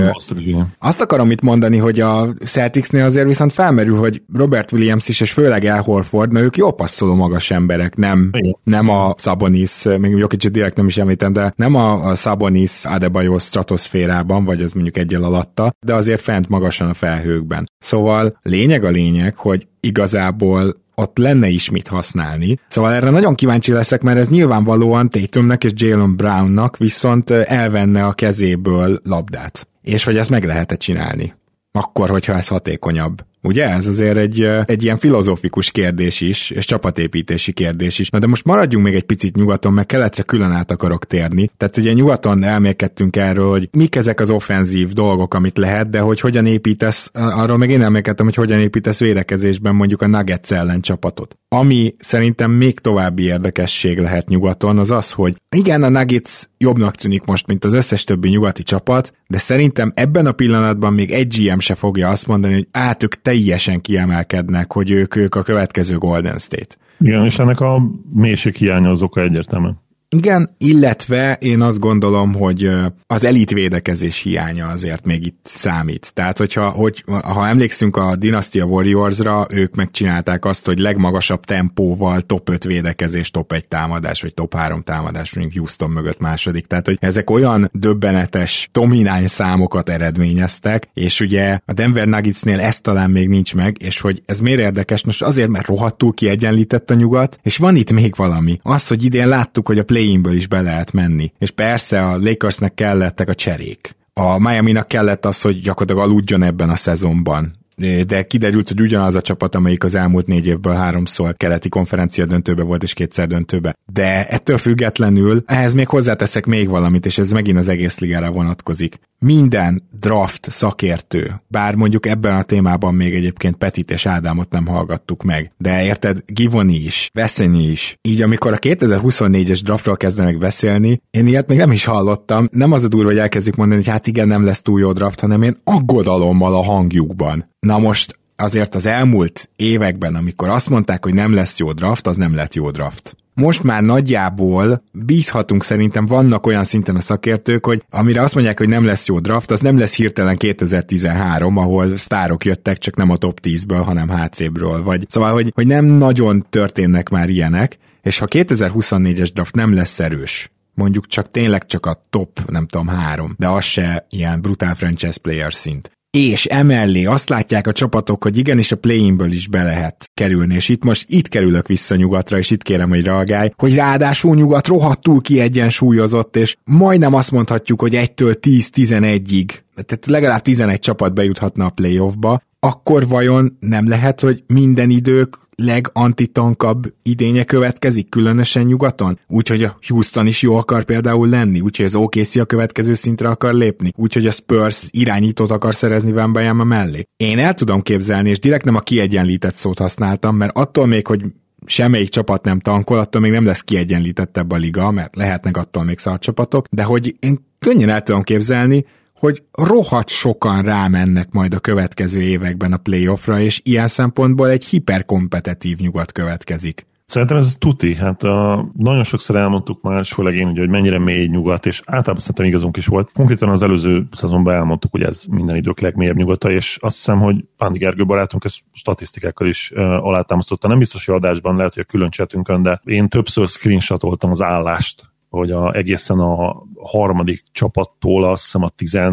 azt akarom itt mondani, hogy a Celticsnél azért viszont felmerül, hogy Robert Williams is, és főleg Al Horford, mert ők jó passzoló magas emberek, nem a Sabonis, még jó kicsit direkt nem is említem, de nem a Sabonis Adebayo stratoszférában, vagy az mondjuk egyel alatta, de azért fent magasan a felhőkben. Szóval lényeg a lényeg, hogy igazából ott lenne is mit használni. Szóval erre nagyon kíváncsi leszek, mert ez nyilvánvalóan Tatumnek és Jaylen Brownnak viszont elvenne a kezéből labdát. És hogy ezt meg lehet-e csinálni? Akkor, hogyha ez hatékonyabb. Ugye? Ez azért egy ilyen filozófikus kérdés is, és csapatépítési kérdés is. Na de most maradjunk még egy picit nyugaton, mert keletre külön át akarok térni. Tehát ugye nyugaton elmélkedtünk erről, hogy mik ezek az offenzív dolgok, amit lehet, de hogy hogyan építesz, arról meg én elmélkedtem, hogy hogyan építesz védekezésben mondjuk a Nuggets ellen csapatot. Ami szerintem még további érdekesség lehet nyugaton, az az, hogy igen, a Nuggets jobbnak tűnik most, mint az összes többi nyugati csapat, de szerintem ebben a pillanatban még egy GM se fogja azt mondani, hogy ők teljesen kiemelkednek, hogy ők a következő Golden State. Igen, és ennek a mélység hiánya az oka egyértelműen. Igen, illetve én azt gondolom, hogy az elitvédekezés hiánya azért még itt számít. Tehát, ha emlékszünk a Dynasty Warriorsra, ők megcsinálták azt, hogy legmagasabb tempóval top 5 védekezés, top 1 támadás, vagy top 3 támadás, mondjuk Houston mögött második. Tehát, hogy ezek olyan döbbenetes, domináns számokat eredményeztek, és ugye a Denver Nuggetsnél ez talán még nincs meg, és hogy ez miért érdekes? Most azért, mert rohadtul kiegyenlített a nyugat, és van itt még valami. Az, hogy idén láttuk, hogy a play-inből is be lehet menni. És persze a Lakersnek kellettek a cserék. A Miaminak kellett az, hogy gyakorlatilag aludjon ebben a szezonban. De kiderült, hogy ugyanaz a csapat, amelyik az elmúlt 4 évből 3-szor keleti konferencia döntőbe volt, és 2-szer döntőbe. De ettől függetlenül ehhez még hozzáteszek még valamit, és ez megint az egész ligára vonatkozik. Minden draft szakértő, bár mondjuk ebben a témában még egyébként Petit és Ádámot nem hallgattuk meg, de érted, Givoni is, Veszenyi is. Így amikor a 2024-es draftról kezdenek beszélni, én ilyet még nem is hallottam. Nem az a durva, hogy elkezdjük mondani, hogy hát igen, nem lesz túl jó draft, hanem én aggodalommal a hangjukban. Na most azért az elmúlt években, amikor azt mondták, hogy nem lesz jó draft, az nem lett jó draft. Most már nagyjából bízhatunk, szerintem vannak olyan szinten a szakértők, hogy amire azt mondják, hogy nem lesz jó draft, az nem lesz hirtelen 2013, ahol sztárok jöttek, csak nem a top 10-ből, hanem hátrébről. Vagy, szóval, hogy nem nagyon történnek már ilyenek, és ha 2024-es draft nem lesz erős, mondjuk tényleg csak a top, nem tudom, 3, de az se ilyen brutál franchise player szint. És emellé azt látják a csapatok, hogy igenis a play-inből is be lehet kerülni, és itt kerülök vissza nyugatra, és itt kérem, hogy reagálj, hogy ráadásul nyugat rohadtul kiegyensúlyozott, és majdnem azt mondhatjuk, hogy 1-től 10-11-ig, tehát legalább 11 csapat bejuthatna a playoffba, akkor vajon nem lehet, hogy minden idők legantitankabb idénye következik, különösen nyugaton? Úgyhogy a Houston is jó akar például lenni, úgyhogy az OKC a következő szintre akar lépni, úgyhogy a Spurs irányítót akar szerezni Wembanyama mellé. Én el tudom képzelni, és direkt nem a kiegyenlített szót használtam, mert attól még, hogy semmelyik csapat nem tankol, attól még nem lesz kiegyenlítettebb a liga, mert lehetnek attól még szar csapatok, de hogy én könnyen el tudom képzelni, hogy rohadt sokan rámennek majd a következő években a playoffra, és ilyen szempontból egy hiperkompetitív nyugat következik. Szerintem ez tuti. Hát nagyon sokszor elmondtuk már, és főleg én, hogy mennyire mély nyugat, és általában szerintem igazunk is volt. Konkrétan az előző szezonban elmondtuk, hogy ez minden idők legmélyebb nyugata, és azt hiszem, hogy Pándi Gergő barátunk ezt statisztikákkal is alátámasztotta. Nem biztos, hogy adásban, lehet, hogy a külön chatünkön, de én többször screenshotoltam az állást, hogy egészen a harmadik csapattól azt hiszem a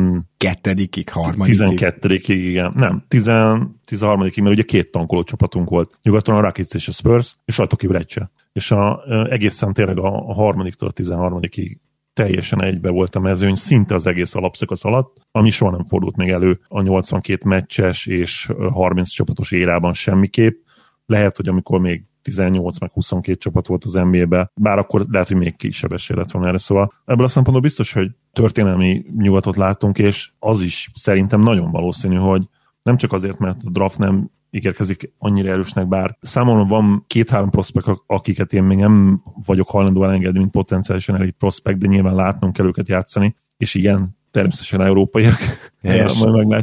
12-ig, igen. Nem, 13-ig, mert ugye 2 tankoló csapatunk volt. Nyugaton a Rockets és a Spurs, és rajtuk kívül egy se. És egészen tényleg a harmadiktól a 13-ig teljesen egybe volt a mezőny, szinte az egész alapszakasz alatt, ami soha nem fordult még elő a 82 meccses és 30 csapatos érában semmiképp. Lehet, hogy amikor még 18 meg 22 csapat volt az NBA-ben, bár akkor lehet, hogy még kisebb esély lett volna erre. Szóval ebből a szempontból biztos, hogy történelmi nyugatot látunk, és az is szerintem nagyon valószínű, hogy nem csak azért, mert a draft nem ígérkezik annyira erősnek, bár számomra van 2-3 prospekt, akiket én még nem vagyok hajlandó elengedni, mint potenciálisan elit prospekt, de nyilván látnunk kell őket játszani, és igen, természetesen európaiak, majd meglátjuk.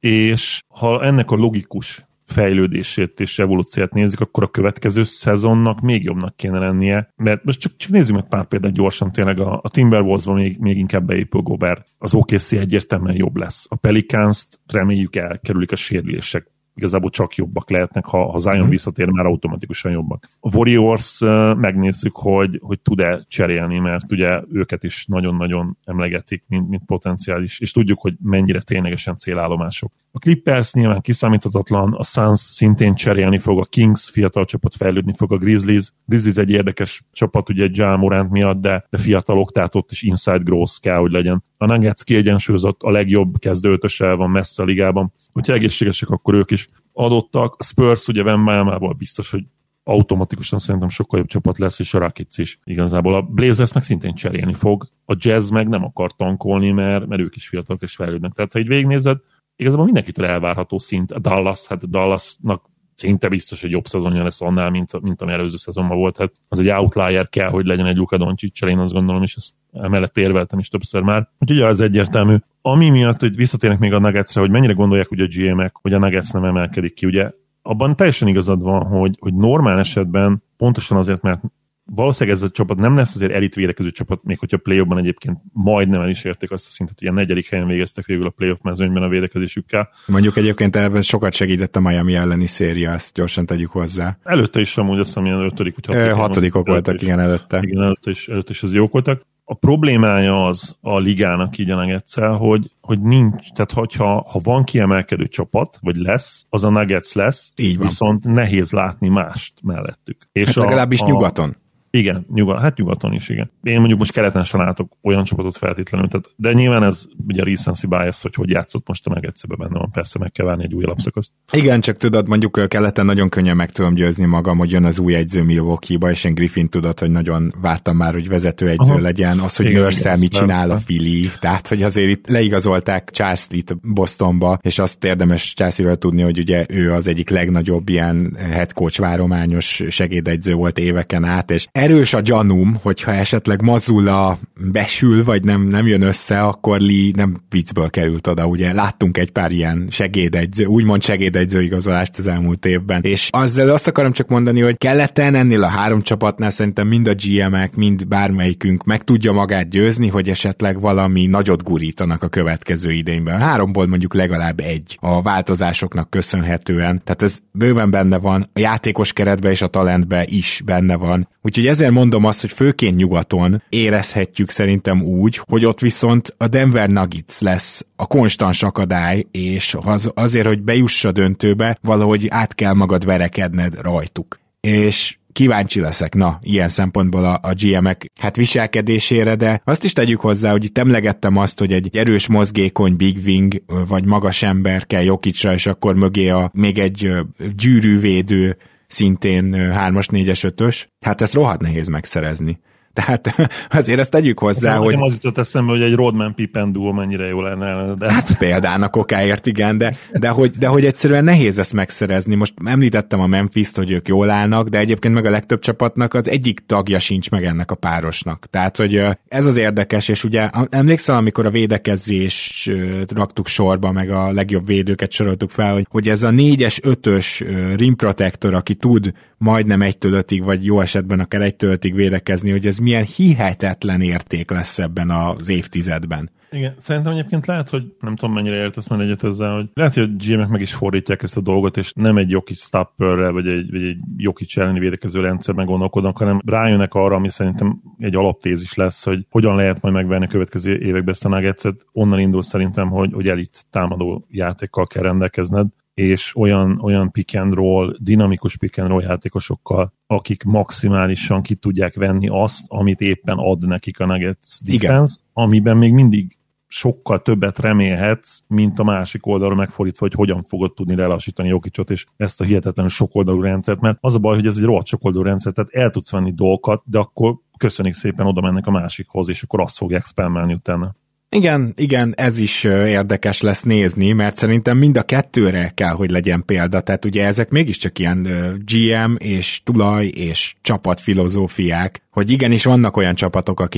és ha ennek a logikus fejlődését és evolúciót nézzük, akkor a következő szezonnak még jobbnak kéne lennie, mert most csak nézzük meg pár példát gyorsan, tényleg a Timberwolves-ban még inkább beépül Gobert, az OKC egyértelműen jobb lesz. A Pelicans-t reméljük elkerülik a sérülések, igazából csak jobbak lehetnek, ha Zion visszatér, már automatikusan jobbak. A Warriors megnézzük, hogy tud-e cserélni, mert ugye őket is nagyon-nagyon emlegetik, mint potenciális, és tudjuk, hogy mennyire ténylegesen célállomások. A Clippers nyilván kiszámíthatatlan, a Suns szintén cserélni fog, a Kings fiatal csapat fejlődni fog, a Grizzlies egy érdekes csapat, ugye Ja Morant miatt, de fiatalok, tehát ott is inside growth kell, hogy legyen. A Nuggets kiegyensúlyozott, a legjobb kezdőötöse van messze a ligában, hogyha egészségesek, akkor ők is adottak. A Spurs ugye Wembanyamával biztos, hogy automatikusan szerintem sokkal jobb csapat lesz, és a Rockets is igazából. A Blazers meg szintén cserélni fog, a Jazz meg nem akar tankolni, mert ők is fiatalok és fejlődnek. Tehát ha így végignézed, igazából mindenkitől elvárható szint. A Dallasnak szinte biztos, hogy jobb szezonja lesz annál, mint ami előző szezonban volt. Hát az egy outlier kell, hogy legyen egy Luka Doncic-sel, én azt gondolom, és ezt emellett érveltem is többször már. Úgyhogy az egyértelmű. Ami miatt, hogy visszatérnek még a Nuggetsre, hogy mennyire gondolják ugye a GM-ek, hogy a Nuggets nem emelkedik ki. Ugye abban teljesen igazad van, hogy normál esetben pontosan azért, mert valószínűleg ez a csapat nem lesz azért elit védekező csapat, még hogyha a play-offban egyébként majdnem el is érték azt a szintet, hogy a 4. helyen végeztek végül a play-off mezőnyben a védekezésükkel. Mondjuk egyébként ebben sokat segített a Miami elleni széria, ezt gyorsan tegyük hozzá. Előtte is amúgy azt hiszem, ilyen 5. vagy 6. voltak, igen, előtte. Igen, előtte is az jók voltak. A problémája az a ligának így a Nuggetszel, hogy nincs, tehát ha van kiemelkedő csapat, vagy lesz, az a Nuggets lesz, viszont nehéz látni mást mellettük. És hát legalábbis nyugaton. Igen, nyugaton is, igen. Én mondjuk most keleten sem látok olyan csapatot feltétlenül, de nyilván ez ugye a recency bias, hogy játszott most a Nuggetsbe benne van, persze meg kell várni egy új alapszakaszt. Igen, csak tudod, mondjuk keleten nagyon könnyen meg tudom győzni magam, hogy jön az új edző Milwaukee-ba, és én Griffin tudod, hogy nagyon vártam már, hogy vezetőedző legyen, az, hogy Nurse-el mit csinál a Philly, tehát, hogy azért itt leigazolták Charles-t Bostonba, és azt érdemes Charles-ről tudni, hogy ugye ő az egyik legnagyobb ilyen head coach várományos segédedző volt éveken át, és erős a gyanúm, hogyha esetleg Mazzulla besül, vagy nem jön össze, akkor Lee nem viccből került oda, ugye láttunk egy pár ilyen úgymond segédegyző igazolást az elmúlt évben, és azzal azt akarom csak mondani, hogy keleten ennél a 3 csapatnál szerintem mind a GM-ek, mind bármelyikünk meg tudja magát győzni, hogy esetleg valami nagyot gurítanak a következő idényben. 3-ból mondjuk legalább 1 a változásoknak köszönhetően, tehát ez bőven benne van, a játékos keretben és a talentben is benne van. Úgyhogy ezért mondom azt, hogy főként nyugaton érezhetjük szerintem úgy, hogy ott viszont a Denver Nuggets lesz a konstans akadály, és azért, hogy bejuss a döntőbe, valahogy át kell magad verekedned rajtuk. És kíváncsi leszek, ilyen szempontból a GM-ek viselkedésére, de azt is tegyük hozzá, hogy itt emlegettem azt, hogy egy erős, mozgékony big wing, vagy magas ember kell Jokicra, és akkor mögé még egy gyűrűvédő, szintén 3-as, 4-es, 5-ös, hát ezt rohadt nehéz megszerezni. Tehát azért ezt tegyük hozzá, hát, hogy... Az jutott eszembe, hogy egy Rodman Pippen duo mennyire jó lenne. De... Hát példának okáért, igen, de hogy egyszerűen nehéz ezt megszerezni. Most említettem a Memphist, hogy ők jól állnak, de egyébként meg a legtöbb csapatnak az egyik tagja sincs meg ennek a párosnak. Tehát, hogy ez az érdekes, és ugye emlékszel, amikor a védekezést raktuk sorba, meg a legjobb védőket soroltuk fel, hogy ez a 4-es, 5-ös rim protector, aki tud majdnem 1-től 5-ig, vagy jó esetben akár 1-től 5-ig védekezni, hogy ez milyen hihetetlen érték lesz ebben az évtizedben. Igen, szerintem egyébként lehet, hogy nem tudom mennyire értesz majd egyet ezzel, hogy lehet, hogy a GM-ek meg is fordítják ezt a dolgot, és nem egy Jokic stopperrel, vagy egy Jokic elleni védekező rendszerben gondolkodnak, hanem rájönnek arra, ami szerintem egy alaptézis lesz, hogy hogyan lehet majd megverni a következő években ezt a Nuggetset. Onnan indul szerintem, hogy elit támadó játékkal kell rendelkezned, és olyan pick and roll, dinamikus pick and roll játékosokkal, akik maximálisan ki tudják venni azt, amit éppen ad nekik a Nuggets defense, amiben még mindig sokkal többet remélhetsz, mint a másik oldalra megfordítva, hogy hogyan fogod tudni lelassítani Jokicot és ezt a hihetetlenül sokoldalú rendszert, mert az a baj, hogy ez egy rohadt sokoldalú rendszer, tehát el tudsz venni dolgokat, de akkor köszönik szépen, oda mennek a másikhoz, és akkor azt fogják spammelni utána. Igen, ez is érdekes lesz nézni, mert szerintem mind a kettőre kell, hogy legyen példa, tehát ugye ezek mégiscsak ilyen GM és tulaj és csapat filozófiák, hogy igenis vannak olyan csapatok, akik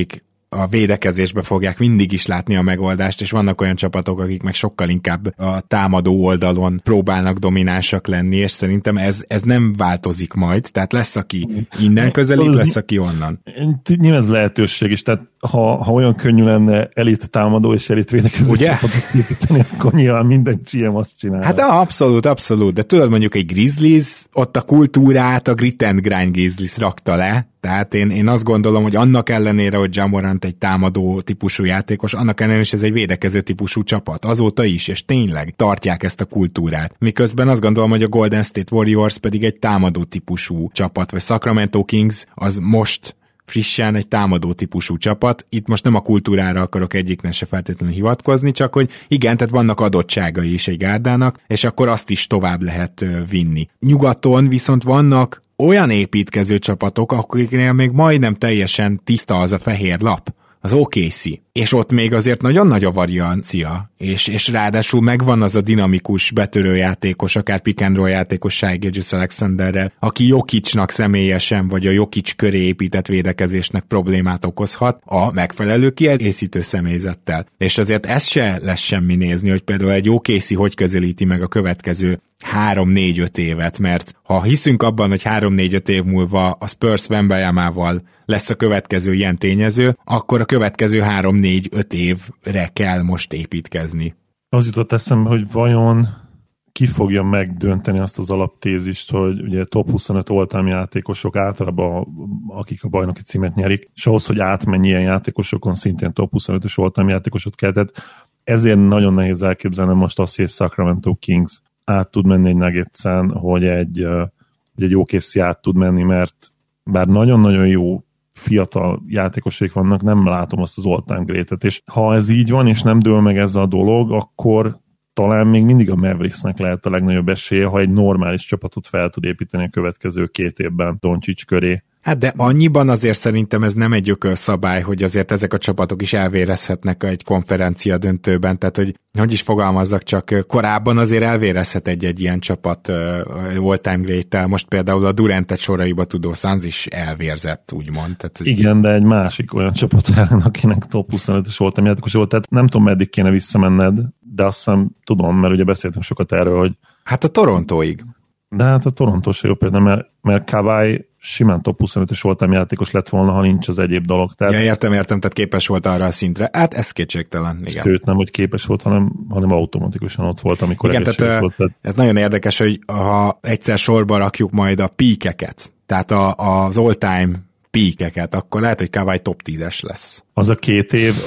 a védekezésbe fogják mindig is látni a megoldást, és vannak olyan csapatok, akik meg sokkal inkább a támadó oldalon próbálnak dominánsak lenni, és szerintem ez nem változik majd, tehát lesz, aki innen közelít, lesz, aki onnan. Nyilván ez lehetőség is, tehát ha olyan könnyű lenne elit támadó és elit védekező csapatot építeni, akkor nyilván minden GM azt csinál. Hát abszolút, de tudod, mondjuk egy Grizzlies, ott a kultúrát a grit and grind Grizzlies rakta le, tehát én azt gondolom, hogy annak ellenére, hogy Ja Morant egy támadó típusú játékos, annak ellenére is ez egy védekező típusú csapat. Azóta is, és tényleg tartják ezt a kultúrát. Miközben azt gondolom, hogy a Golden State Warriors pedig egy támadó típusú csapat, vagy Sacramento Kings az most frissen egy támadó típusú csapat. Itt most nem a kultúrára akarok egyiknek se feltétlenül hivatkozni, csak hogy igen, tehát vannak adottságai is egy gárdának, és akkor azt is tovább lehet vinni. Nyugaton viszont vannak olyan építkező csapatok, akiknél még majdnem teljesen tiszta az a fehér lap, az OKC. És ott még azért nagyon nagy a variancia, és ráadásul megvan az a dinamikus betörő játékos, akár pick and roll játékos Shai Gilgeous-Alexanderrel, aki Jokicnak személyesen, vagy a Jokic köré épített védekezésnek problémát okozhat a megfelelő kiegészítő személyzettel. És azért ezt se lesz semmi nézni, hogy például egy OKC hogy közelíti meg a következő 3-4-5 évet, mert ha hiszünk abban, hogy 3-4-5 év múlva a Spurs Wembanyamával lesz a következő ilyen tényező, akkor a következő 3-4-5 évre kell most építkezni. Az jutott eszembe, hogy vajon ki fogja megdönteni azt az alaptézist, hogy ugye top 25 all-time játékosok általában, akik a bajnoki címet nyerik, és ahhoz, hogy átmenj ilyen játékosokon, szintén top 25-ös all-time játékosot kell, tehát ezért nagyon nehéz elképzelnem most azt, hogy egy Sacramento Kings át tud menni egy Nuggets-en, hogy egy OKC át tud menni, mert bár nagyon-nagyon jó fiatal játékosok vannak, nem látom azt az all-time great-et, és ha ez így van, és nem dől meg ez a dolog, akkor talán még mindig a Mavericksnek lehet a legnagyobb esélye, ha egy normális csapatot fel tud építeni a következő 2 évben Doncic köré. Hát de annyiban azért szerintem ez nem egy ökölszabály, hogy azért ezek a csapatok is elvérezhetnek egy konferencia döntőben, tehát hogy is fogalmazzak, csak korábban azért elvérezhet egy ilyen csapat all-time great-tel, most például a Durantet soraiba tudó Suns is elvérzett, úgymond. Tehát, igen, de egy másik olyan csapat ellen, akinek top 25-ös all-time játékos volt, tehát nem tudom, meddig kéne visszamenned, de azt hiszem tudom, mert ugye beszéltünk sokat erről, hogy... Hát a Torontóig. De hát a Toronto se jó például, mert Kawhi simán top 25-ös all-time játékos lett volna, ha nincs az egyéb dolog. Tehát... Ja, értem, tehát képes volt arra a szintre. Hát ez kétségtelen, igen. Sőt, nem, hogy képes volt, hanem automatikusan ott volt, amikor egészséges volt. Ez nagyon érdekes, hogy ha egyszer sorba rakjuk majd a peakeket, tehát az all-time peakeket, akkor lehet, hogy Kawhi top 10-es lesz. Az a 2 év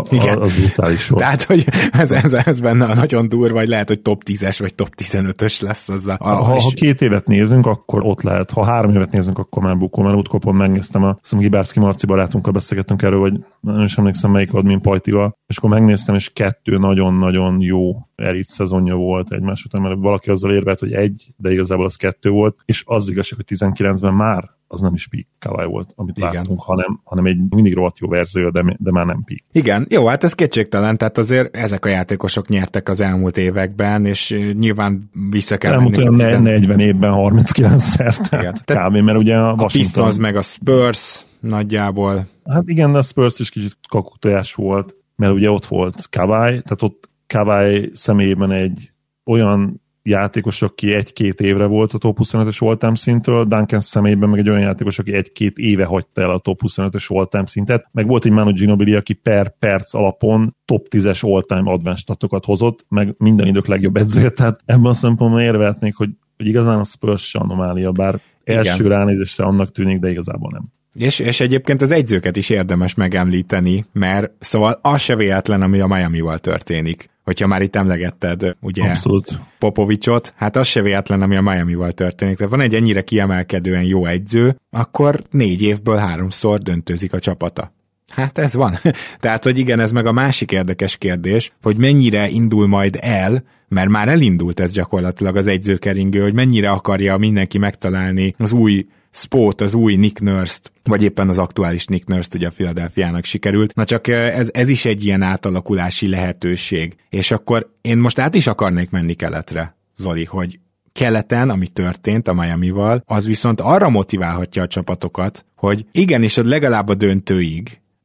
az brutális volt. Tehát, hogy ez benne nagyon durva, vagy lehet, hogy top 10-es, vagy top 15-ös lesz az ha 2 évet nézünk, akkor ott lehet. Ha 3 évet nézünk, akkor már bukó, mert útkopon megnéztem, azt hiszem Gibárszki Marci barátunkkal beszélgettünk erről, vagy nem is emlékszem melyik admin Pajtival, és akkor megnéztem, és 2 nagyon-nagyon jó elit szezonja volt egymás után, mert valaki azzal érvelt, hogy 1, de igazából az 2 volt, és az igazság, hogy 19-ben már az nem is peak Kawhi volt, amit láttunk, hanem egy mindig rohadt jó verzió, de már nem peak. Igen, jó, hát ez kétségtelen, tehát azért ezek a játékosok nyertek az elmúlt években, és nyilván vissza kell menni. 40 évben 39-szer, kb. Mert ugye a Pistons meg a Spurs nagyjából. Hát igen, de a Spurs is kicsit kakuktojás volt, mert ugye ott volt Kawhi, tehát ott Kawhi személyében egy olyan játékos, aki 1-2 évre volt a top 25-ös all-time szintől, Duncan személyében meg egy olyan játékos, aki 1-2 éve hagyta el a top 25-ös all-time szintet, meg volt egy Manu Ginobili, aki per perc alapon top 10-es all-time advanced statokat hozott, meg minden idők legjobb edzője, tehát ebben a szempontból érvehetnék, hogy igazán a Spurs se anomália, bár első ránézésre annak tűnik, de igazából nem. És egyébként az egyzőket is érdemes megemlíteni, mert szóval az se véletlen, ami a Miamival történik. Hogyha már itt emlegetted, ugye, abszolút. Popovicsot, hát az se véletlen, ami a Miamival történik. Tehát van egy ennyire kiemelkedően jó egyző, akkor 4 évből 3-szor döntőzik a csapata. Hát ez van. Tehát, hogy igen, ez meg a másik érdekes kérdés, hogy mennyire indul majd el, mert már elindult ez gyakorlatilag az egyzőkeringő, hogy mennyire akarja mindenki megtalálni az új Spót, az új Nick Nurse-t, vagy éppen az aktuális Nick Nurse-t, ugye a Philadelphiának sikerült. Na csak ez is egy ilyen átalakulási lehetőség. És akkor én most át is akarnék menni keletre, Zoli, hogy keleten, ami történt a Miamival, az viszont arra motiválhatja a csapatokat, hogy igenis legalább a döntőig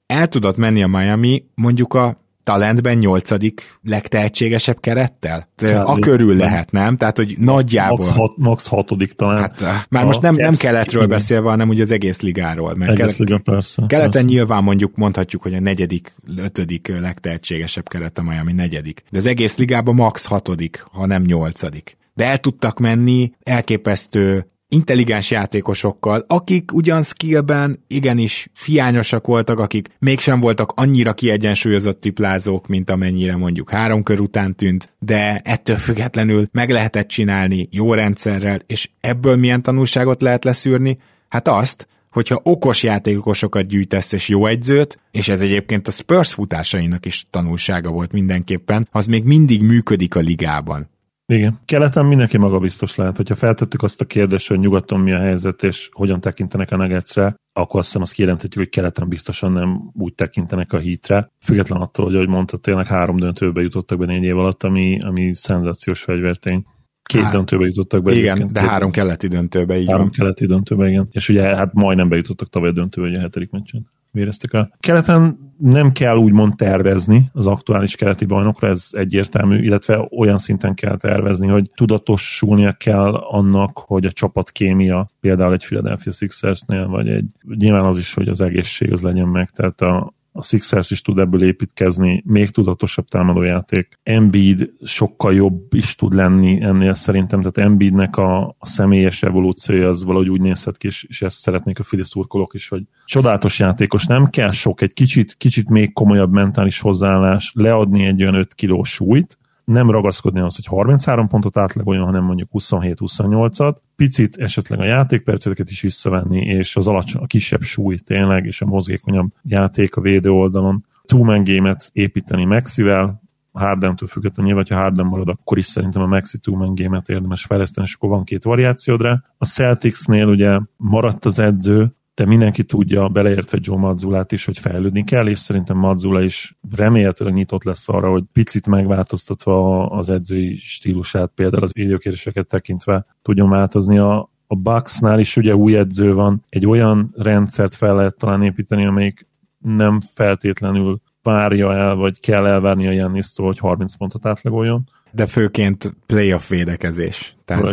el tudott menni a Miami mondjuk a talentben 8. legtehetségesebb kerettel? A körül lehet, nem? Tehát, hogy nagyjából... Max 6. talán. Hát, már most nem keletről beszélve, hanem ugye az egész ligáról. Mert egész liga, persze. Keleten nyilván mondhatjuk, hogy a 4., 5. legtehetségesebb keret a Miami 4. De az egész ligában max 6., ha nem 8. De el tudtak menni elképesztő intelligens játékosokkal, akik ugyan skillben igenis hiányosak voltak, akik mégsem voltak annyira kiegyensúlyozott triplázók, mint amennyire mondjuk 3 kör után tűnt, de ettől függetlenül meg lehetett csinálni jó rendszerrel, és ebből milyen tanulságot lehet leszűrni? Hát azt, hogyha okos játékosokat gyűjtesz és jó edzőt, és ez egyébként a Spurs futásainak is tanulsága volt mindenképpen, az még mindig működik a ligában. Igen. Keleten mindenki magabiztos lehet. Hogyha feltettük azt a kérdést, hogy nyugaton mi a helyzet, és hogyan tekintenek a Nuggetsre, akkor azt hiszem azt kijelenthetjük, hogy keleten biztosan nem úgy tekintenek a Heatre. Független attól, hogy ahogy mondtad, tényleg 3 döntőbe jutottak be 4 év alatt, ami szenzációs fegyvertény. 2 döntőbe jutottak be. Igen, de 3 keleti döntőbe, így 3 keleti döntőbe, igen. És ugye hát majdnem bejutottak tavaly a döntőbe, ugye a 7. meccsen véreztek el. Keleten nem kell úgymond tervezni az aktuális keleti bajnokra, ez egyértelmű, illetve olyan szinten kell tervezni, hogy tudatosulnia kell annak, hogy a csapatkémia például egy Philadelphia Sixersnél, vagy nyilván az is, hogy az egészség az legyen meg, tehát a Sixers is tud ebből építkezni, még tudatosabb támadójáték. Embiid sokkal jobb is tud lenni ennél szerintem, tehát Embiidnek a személyes evolúciója az valahogy úgy nézhet ki, és ezt szeretnék a Philly szurkolók is, hogy csodálatos játékos, nem kell sok, egy kicsit még komolyabb mentális hozzáállás, leadni egy olyan 5 kilós súlyt, nem ragaszkodni ahhoz, hogy 33 pontot átlagoljon, hanem mondjuk 27-28-at, picit esetleg a játékperceket is visszavenni, és a kisebb súly tényleg, és a mozgékonyabb játék a védő oldalon. Two-man game-et építeni Maxivel, Hardentől függetlenül nyilván, ha Harden marad, akkor is szerintem a Maxi two-man game-et érdemes fejleszteni, és akkor van 2 variációd rá. A Celticsnél ugye maradt az edző, de mindenki tudja, beleértve Joe Mazzullát is, hogy fejlődni kell, és szerintem Mazzulla is remélhetőleg nyitott lesz arra, hogy picit megváltoztatva az edzői stílusát, például az időkéréseket tekintve tudjon változni. A Bucksnál is ugye új edző van, egy olyan rendszert fel lehet talán építeni, amelyik nem feltétlenül várja el, vagy kell elvárni a Giannisztól, hogy 30 pontot átlagoljon. De főként playoff védekezés. Tehát,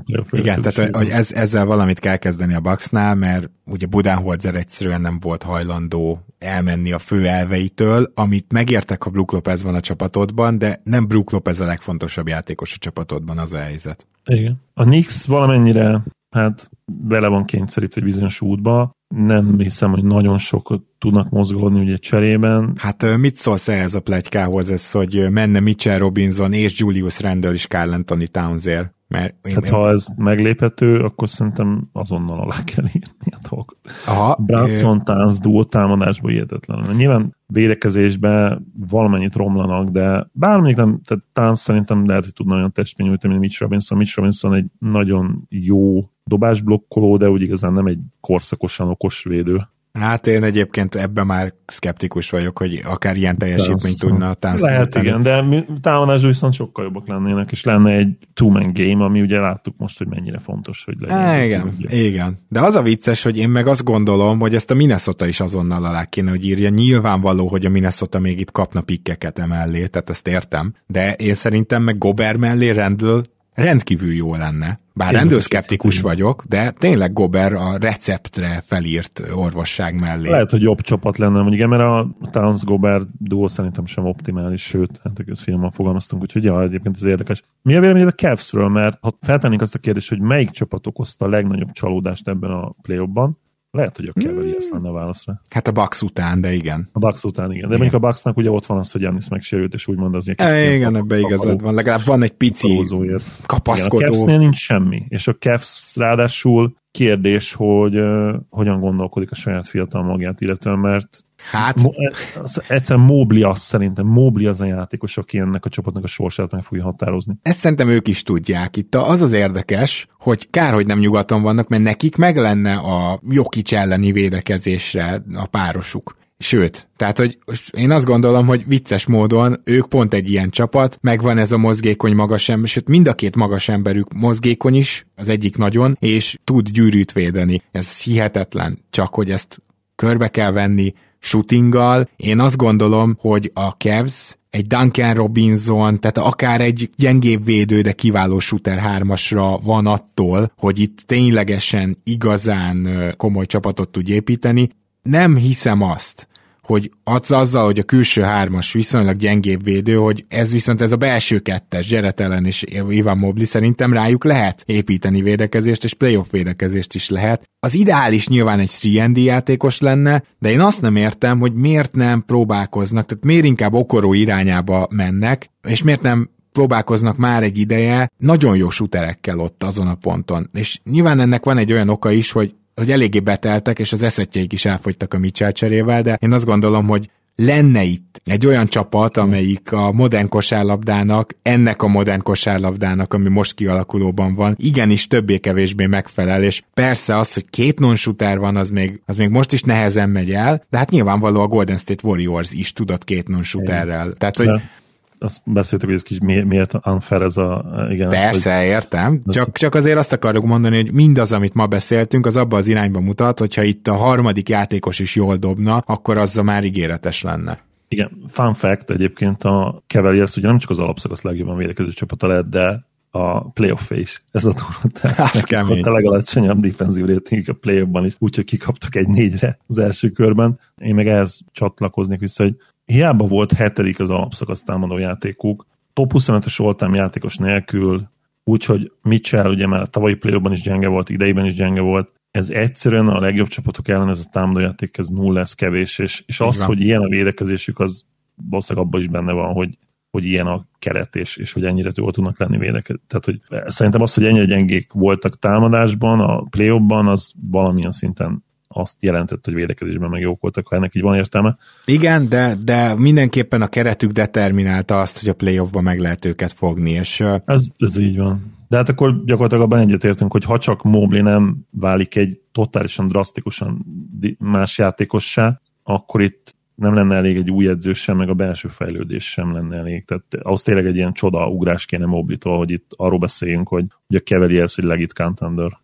hogy ezzel valamit kell kezdeni a Bucksnál, mert ugye Budenholzer egyszerűen nem volt hajlandó elmenni a fő elveitől, amit megértek, ha Brook Lopez van a csapatodban, de nem Brook Lopez a legfontosabb játékos a csapatodban, az a helyzet. Igen. A Knicks valamennyire bele van kényszerítve egy bizonyos útba. Nem hiszem, hogy nagyon sokat tudnak mozgolódni ugye cserében. Hát mit szólsz ehhez a pletykához, ez, hogy menne Mitchell Robinson és Julius Randle is Karl Anthony Townsért? Ha ez megléphető, akkor szerintem azonnal alá kell írni a dolgot. Brunson Towns duó támadásban hihetetlen. Nyilván védekezésben valamennyit romlanak, de bármelyik nem, tehát Towns szerintem lehet, hogy tudna olyan testmény nyújtani, mint Mitch Robinson. Mitch Robinson egy nagyon jó dobásblokkoló, de úgy igazán nem egy korszakosan okos védő. Hát én egyébként ebben már szkeptikus vagyok, hogy akár ilyen teljesítményt tudna a Towns. Lehet, igen, de támadásban viszont sokkal jobbak lennének, és lenne egy two-man game, ami ugye láttuk most, hogy mennyire fontos, hogy legyen. Igen. De az a vicces, hogy én meg azt gondolom, hogy ezt a Minnesota is azonnal alá kéne, hogy írja. Nyilvánvaló, hogy a Minnesota még itt kapna pikkeket emellé, tehát ezt értem. De én szerintem meg Gobert mellé Randle rendkívül jó lenne. Bár rendőrszkeptikus vagyok, de tényleg Gobert a receptre felírt orvosság mellé. Lehet, hogy jobb csapat lenne, mondjuk, mert a Towns-Gobert duó szerintem sem optimális, sőt, hát a közfilmben fogalmaztunk, úgyhogy egyébként ez érdekes. Mi a véleményed a Cavsről, mert ha feltennénk azt a kérdést, hogy melyik csapat okozta a legnagyobb csalódást ebben a play-offban, lehet, hogy a Cavaliers lenne a válaszra. Hát a Bucks után, de igen. A Bucks után, igen. De mondjuk a Bucksnak ugye ott van az, hogy Giannis megsérült, és úgymond az igen, ebben igazad van. Legalább van egy pici kapaszkodó. Igen, a Cavsnél nincs semmi. És a Cavs ráadásul kérdés, hogy hogyan gondolkodik a saját fiatal magját, illetve mert egyszerűen Mobley az a játékos, aki ennek a csapatnak a sorsát meg fogja határozni. Ezt szerintem ők is tudják. Itt az érdekes, hogy kár, hogy nem nyugaton vannak, mert nekik meg lenne a Jokic elleni védekezésre a párosuk. Sőt, tehát, hogy én azt gondolom, hogy vicces módon ők pont egy ilyen csapat, megvan ez a mozgékony magas ember, sőt mind a két magas emberük mozgékony is, az egyik nagyon, és tud gyűrűt védeni. Ez hihetetlen, csak hogy ezt körbe kell venni, shootinggal. Én azt gondolom, hogy a Cavs egy Duncan Robinson, tehát akár egy gyengébb védő, de kiváló shooter 3-asra van attól, hogy itt ténylegesen igazán komoly csapatot tud építeni. Nem hiszem azt, hogy azzal, hogy a külső 3-as viszonylag gyengébb védő, hogy ez viszont ez a belső 2-es, Jarrett Allen és Evan Mobley, szerintem rájuk lehet építeni védekezést, és playoff védekezést is lehet. Az ideális nyilván egy 3&D játékos lenne, de én azt nem értem, hogy miért nem próbálkoznak, tehát miért inkább Okoro irányába mennek, és miért nem próbálkoznak már egy ideje nagyon jó shooterekkel ott azon a ponton. És nyilván ennek van egy olyan oka is, hogy eléggé beteltek, és az eszetjeik is elfogytak a Mitchell cserével, de én azt gondolom, hogy lenne itt egy olyan csapat, amelyik a modern kosárlabdának, ennek a modern kosárlabdának, ami most kialakulóban van, igenis többé-kevésbé megfelel, és persze az, hogy 2 non-shooter van, az még most is nehezen megy el, de hát nyilvánvaló a Golden State Warriors is tudott 2 non-shooterrel. Tehát, hogy azt beszéltük, hogy ez kicsit miért unfair ez a... Igen, persze, hogy... értem. Csak azért azt akarok mondani, hogy mindaz, amit ma beszéltünk, az abba az irányba mutat, hogyha itt a harmadik játékos is jól dobna, akkor azzal már ígéretes lenne. Igen, fun fact egyébként a Cavaliers ugye nem csak az alapszakasz legjobban védekező csapata lett, de a playoff-e is. Ez a durva. Az kemény. A legalacsonyabb defensív rating a playoff-ban is, úgyhogy kikaptak egy 4-re az első körben. Én meg ehhez csatlakoznék vissza, hogy hiába volt 7. az alapszakasz támadó játékuk, top 25-ös voltam játékos nélkül, úgyhogy Mitchell ugye már a tavalyi play-offban is gyenge volt, idejében is gyenge volt. Ez egyszerűen a legjobb csapatok ellen ez a támadó játék, ez 0 lesz kevés, és az, hogy ilyen a védekezésük, az valószínűleg abban is benne van, hogy ilyen a keret, és hogy ennyire jól tudnak lenni védekezni. Tehát, hogy szerintem az, hogy ennyire gyengék voltak támadásban, a play-offban, az valamilyen szinten azt jelentett, hogy védekezésben meg jók voltak, ha ennek így van értelme. Igen, de mindenképpen a keretük determinálta azt, hogy a playoffban meg lehet őket fogni. És ez így van. De hát akkor gyakorlatilag abban egyetértünk, hogy ha csak Mobley nem válik egy totálisan drasztikusan más játékossá, akkor itt nem lenne elég egy új edző sem, meg a belső fejlődés sem lenne elég. Tehát ahhoz tényleg egy ilyen csoda ugrás kéne Mobley-tól, hogy itt arról beszéljünk, hogy a Cavaliers, hogy legit contender.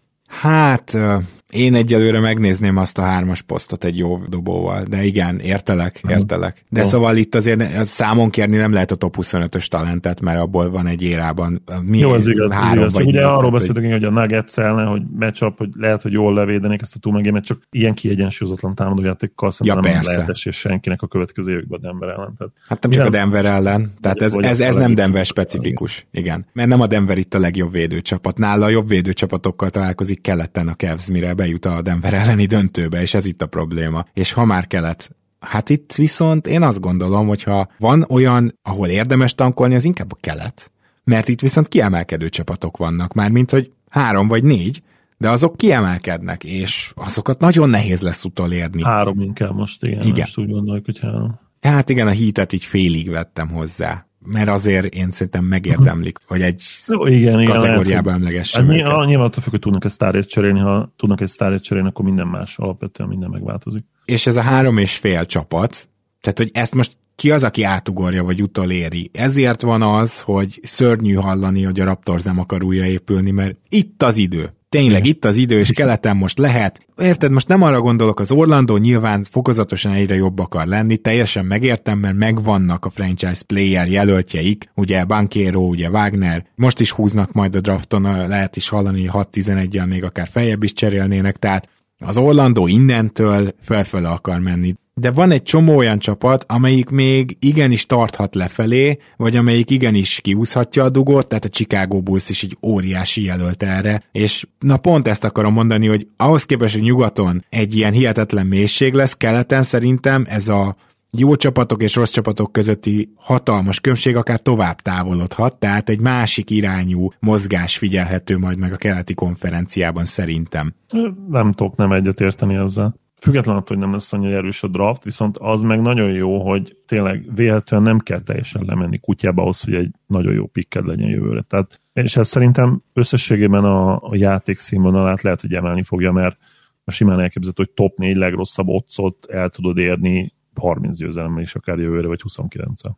Hát én egyelőre megnézném azt a 3-as posztot egy jó dobóval, de igen, értelek. De szóval itt azért számon kérni nem lehet a top 25-ös talentet, mert abból van egy érában. Jó, ez igaz. Csak ugye arról beszéltünk, hogy a Nuggets ellen, hogy matchup, hogy lehet, hogy jól levédenék ezt a túlmegémet, csak ilyen kiegyensúlyozatlan támadójátékkal szerintem nem lehet esés senkinek a következő években a Denver ellen. Tehát hát nem csak a Denver ellen, tehát ez nem Denver specifikus. Igen, mert nem a Denver itt a legjobb védőcsapat. Nála a jobb védőcsapatokkal találkozik keleten a Cavs, mire bejut a Denver elleni döntőbe, és ez itt a probléma. És ha már kelet, hát itt viszont én azt gondolom, hogyha van olyan, ahol érdemes tankolni, az inkább a kelet. Mert itt viszont kiemelkedő csapatok vannak, mármint, hogy 3 vagy 4, de azok kiemelkednek, és azokat nagyon nehéz lesz utolérni. 3 inkább most, igen. Most úgy gondoljuk, hogy 3. Hát igen, a Heatet így félig vettem hozzá. Mert azért én szerintem megérdemlik, hogy egy kategóriában emlegessem. Nyilván attól függ, hogy tudnak egy sztárért cserélni, ha tudnak egy sztárért cserélni, akkor minden más, alapvetően minden megváltozik. És ez a 3,5 csapat, tehát hogy ezt most ki az, aki átugorja, vagy utoléri. Ezért van az, hogy szörnyű hallani, hogy a Raptors nem akar újraépülni, mert itt az idő. Tényleg itt az idő, és keleten most lehet. Érted, most nem arra gondolok, az Orlando nyilván fokozatosan egyre jobb akar lenni, teljesen megértem, mert megvannak a franchise player jelöltjeik, ugye Banchero, ugye Wagner, most is húznak majd a drafton, lehet is hallani, 6-11-jel még akár feljebb is cserélnének, tehát az Orlando innentől felfele akar menni. De van egy csomó olyan csapat, amelyik még igenis tarthat lefelé, vagy amelyik igenis kiúszhatja a dugót, tehát a Chicago Bulls is egy óriási jelölt erre, és na pont ezt akarom mondani, hogy ahhoz képest, hogy nyugaton egy ilyen hihetetlen mélység lesz, keleten szerintem ez a jó csapatok és rossz csapatok közötti hatalmas különbség akár tovább távolodhat, tehát egy másik irányú mozgás figyelhető majd meg a keleti konferenciában szerintem. Nem tudok nem egyetérteni ezzel. Függetlenül attól, hogy nem lesz annyira erős a draft, viszont az meg nagyon jó, hogy tényleg véletlenül nem kell teljesen lemenni kutyába ahhoz, hogy egy nagyon jó picked legyen jövőre. Tehát, és ez szerintem összességében a játék színvonalát lehet, hogy emelni fogja, mert a simán elképzelhető, hogy top 4 legrosszabb oddsot el tudod érni 30 győzelemmel is akár jövőre, vagy 29-el.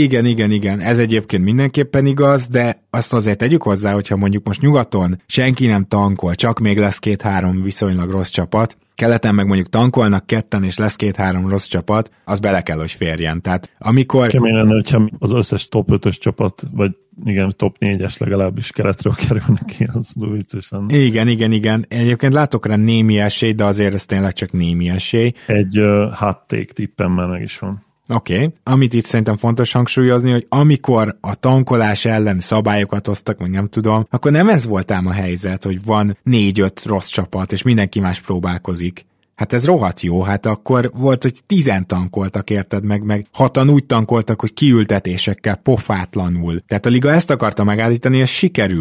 Igen. Ez egyébként mindenképpen igaz, de azt azért tegyük hozzá, hogyha mondjuk most nyugaton senki nem tankol, csak még lesz 2-3 viszonylag rossz csapat, keleten meg mondjuk tankolnak ketten, és lesz 2-3 rossz csapat, az bele kell, hogy férjen. Tehát amikor... Kemény lenne, hogyha az összes top 5-ös csapat, vagy igen, top 4-es legalábbis keletről kerülnek ki, az vicces lenne. Igen. Egyébként látok rá némi esély, de azért ez tényleg csak némi esély. Egy hot take tippemmel meg is van. Oké. Amit itt szerintem fontos hangsúlyozni, hogy amikor a tankolás ellen szabályokat hoztak, meg nem tudom, akkor nem ez volt ám a helyzet, hogy van 4-5 rossz csapat, és mindenki más próbálkozik. Hát ez rohadt jó, hát akkor volt, hogy 10 tankoltak, érted meg 6-an úgy tankoltak, hogy kiültetésekkel, pofátlanul. Tehát a liga ezt akarta megállítani, és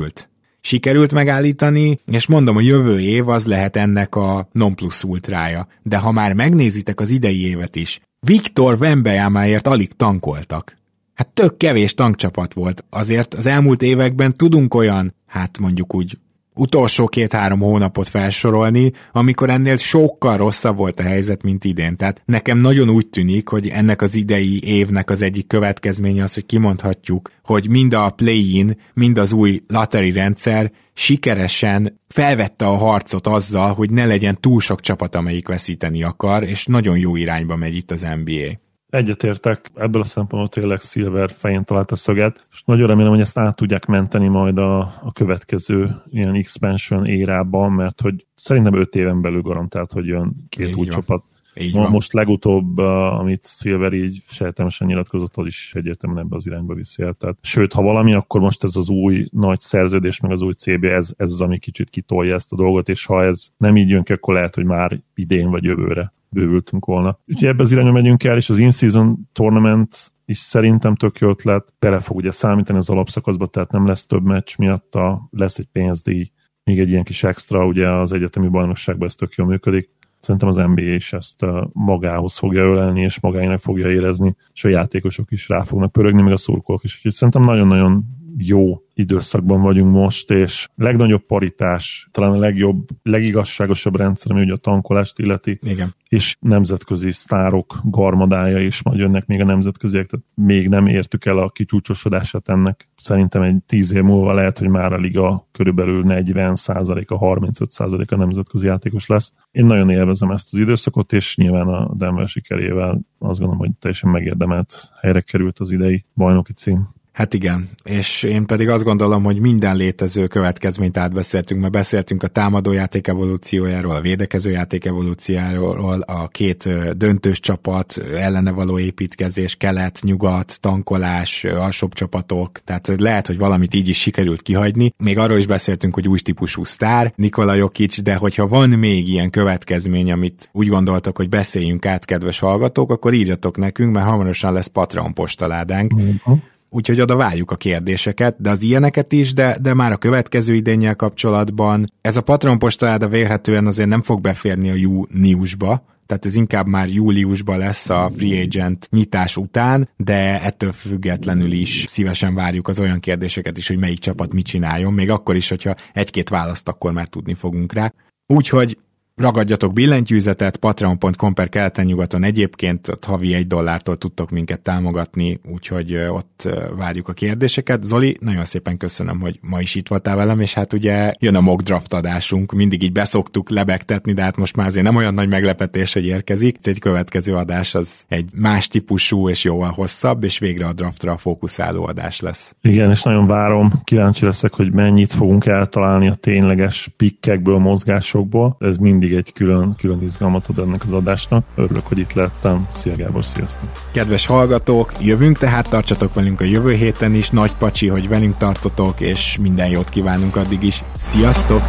sikerült megállítani, és mondom, a jövő év az lehet ennek a non plus ultrája. De ha már megnézitek az idei évet is, Viktor Wembanyamaért alig tankoltak. Hát tök kevés tankcsapat volt. Azért az elmúlt években tudunk olyan, hát mondjuk úgy utolsó 2-3 hónapot felsorolni, amikor ennél sokkal rosszabb volt a helyzet, mint idén. Tehát nekem nagyon úgy tűnik, hogy ennek az idei évnek az egyik következménye az, hogy kimondhatjuk, hogy mind a play-in, mind az új lottery rendszer sikeresen felvette a harcot azzal, hogy ne legyen túl sok csapat, amelyik veszíteni akar, és nagyon jó irányba megy itt az NBA. Egyetértek, ebből a szempontból tényleg Silver fején talált a szöget, és nagyon remélem, hogy ezt át tudják menteni majd a következő ilyen expansion érában, mert hogy szerintem 5 éven belül garantált, hogy jön 2 új csapat. Most legutóbb, amit Silver így sejtelmesen nyilatkozott, az is egyértelműen ebbe az irányba viszi el. Tehát, sőt, ha valami, akkor most ez az új nagy szerződés, meg az új CB, ez az, ami kicsit kitolja ezt a dolgot, és ha ez nem így jön ki, akkor lehet, hogy már idén vagy jövőre bővültünk volna. Úgyhogy ebbe az irányba megyünk el, és az in-season tournament is szerintem tök jó ötlet. Bele fog ugye számítani az alapszakaszba, tehát nem lesz több meccs miatta, lesz egy pénzdíj, még egy ilyen kis extra, ugye az egyetemi bajnokságban ez tök jól működik. Szerintem az NBA is ezt magához fogja ölelni, és magáénak fogja érezni, és a játékosok is rá fognak pörögni, meg a szurkolók is. Úgyhogy szerintem nagyon-nagyon jó időszakban vagyunk most, és legnagyobb paritás, talán a legjobb, legigazságosabb rendszer, ami ugye a tankolást illeti, igen. És nemzetközi sztárok garmadája is majd jönnek még a nemzetköziek, tehát még nem értük el a kicsúcsosodását ennek. Szerintem egy 10 év múlva lehet, hogy már a liga körülbelül 40%-a, 35%-a nemzetközi játékos lesz. Én nagyon élvezem ezt az időszakot, és nyilván a Denver sikerével azt gondolom, hogy teljesen megérdemelt helyre került az idei bajnoki cím. Hát igen, és én pedig azt gondolom, hogy minden létező következményt átbeszéltünk, mert beszéltünk a támadójáték evolúciójáról, a védekezőjáték evolúciójáról, a 2 döntős csapat ellene való építkezés, kelet, nyugat, tankolás, alsóbb csapatok, tehát lehet, hogy valamit így is sikerült kihagyni. Még arról is beszéltünk, hogy új típusú sztár, Nikola Jokic, de hogyha van még ilyen következmény, amit úgy gondoltak, hogy beszéljünk át, kedves hallgatók, akkor írjatok nekünk, mert hamarosan lesz Patreon postaládánk. Úgyhogy oda várjuk a kérdéseket, de az ilyeneket is, de már a következő idénnyel kapcsolatban. Ez a Patreon postaláda vélhetően azért nem fog beférni a júniusba, tehát ez inkább már júliusban lesz a free agent nyitás után, de ettől függetlenül is szívesen várjuk az olyan kérdéseket is, hogy melyik csapat mit csináljon, még akkor is, hogyha 1-2 választ akkor már tudni fogunk rá. Úgyhogy ragadjatok billentyűzetet, patreon.com/keleten-nyugaton egyébként, ott havi $1 tudtok minket támogatni, úgyhogy ott várjuk a kérdéseket. Zoli, nagyon szépen köszönöm, hogy ma is itt voltál velem, és hát ugye jön a mock draft adásunk, mindig így beszoktuk lebegtetni, de hát most már azért nem olyan nagy meglepetés, hogy érkezik. Egy következő adás az egy más típusú és jóval hosszabb, és végre a draftra fókuszáló adás lesz. Igen, és nagyon várom, kíváncsi leszek, hogy mennyit fogunk eltalálni a tényleges pikkekből, mozgásokból. Ez mindig egy külön izgalmat ad ennek az adásnak. Örülök, hogy itt lettem. Szia Gábor, sziasztok! Kedves hallgatók, jövünk, tehát tartsatok velünk a jövő héten is. Nagy pacsi, hogy velünk tartotok, és minden jót kívánunk addig is. Sziasztok!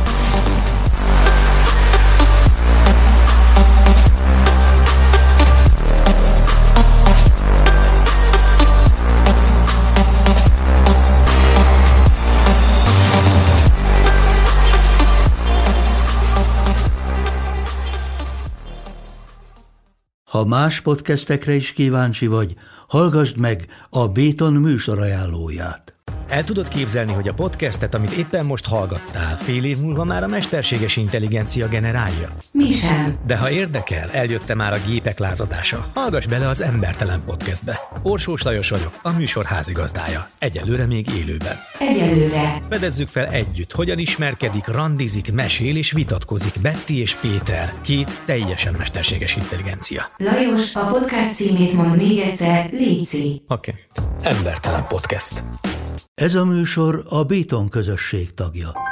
Ha más podcastekre is kíváncsi vagy, hallgassd meg a Béton műsor ajánlóját. El tudod képzelni, hogy a podcastet, amit éppen most hallgattál, fél év múlva már a mesterséges intelligencia generálja? Mi sem. De ha érdekel, eljött már a gépek lázadása. Hallgass bele az Embertelen Podcastbe. Orsós Lajos vagyok, a műsor házigazdája. Egyelőre még élőben. Egyelőre. Fedezzük fel együtt, hogyan ismerkedik, randizik, mesél és vitatkozik Betty és Péter, két teljesen mesterséges intelligencia. Lajos, a podcast címét mond még egyszer, léci. Oké. Embertelen Podcast. Ez a műsor a Béton közösség tagja.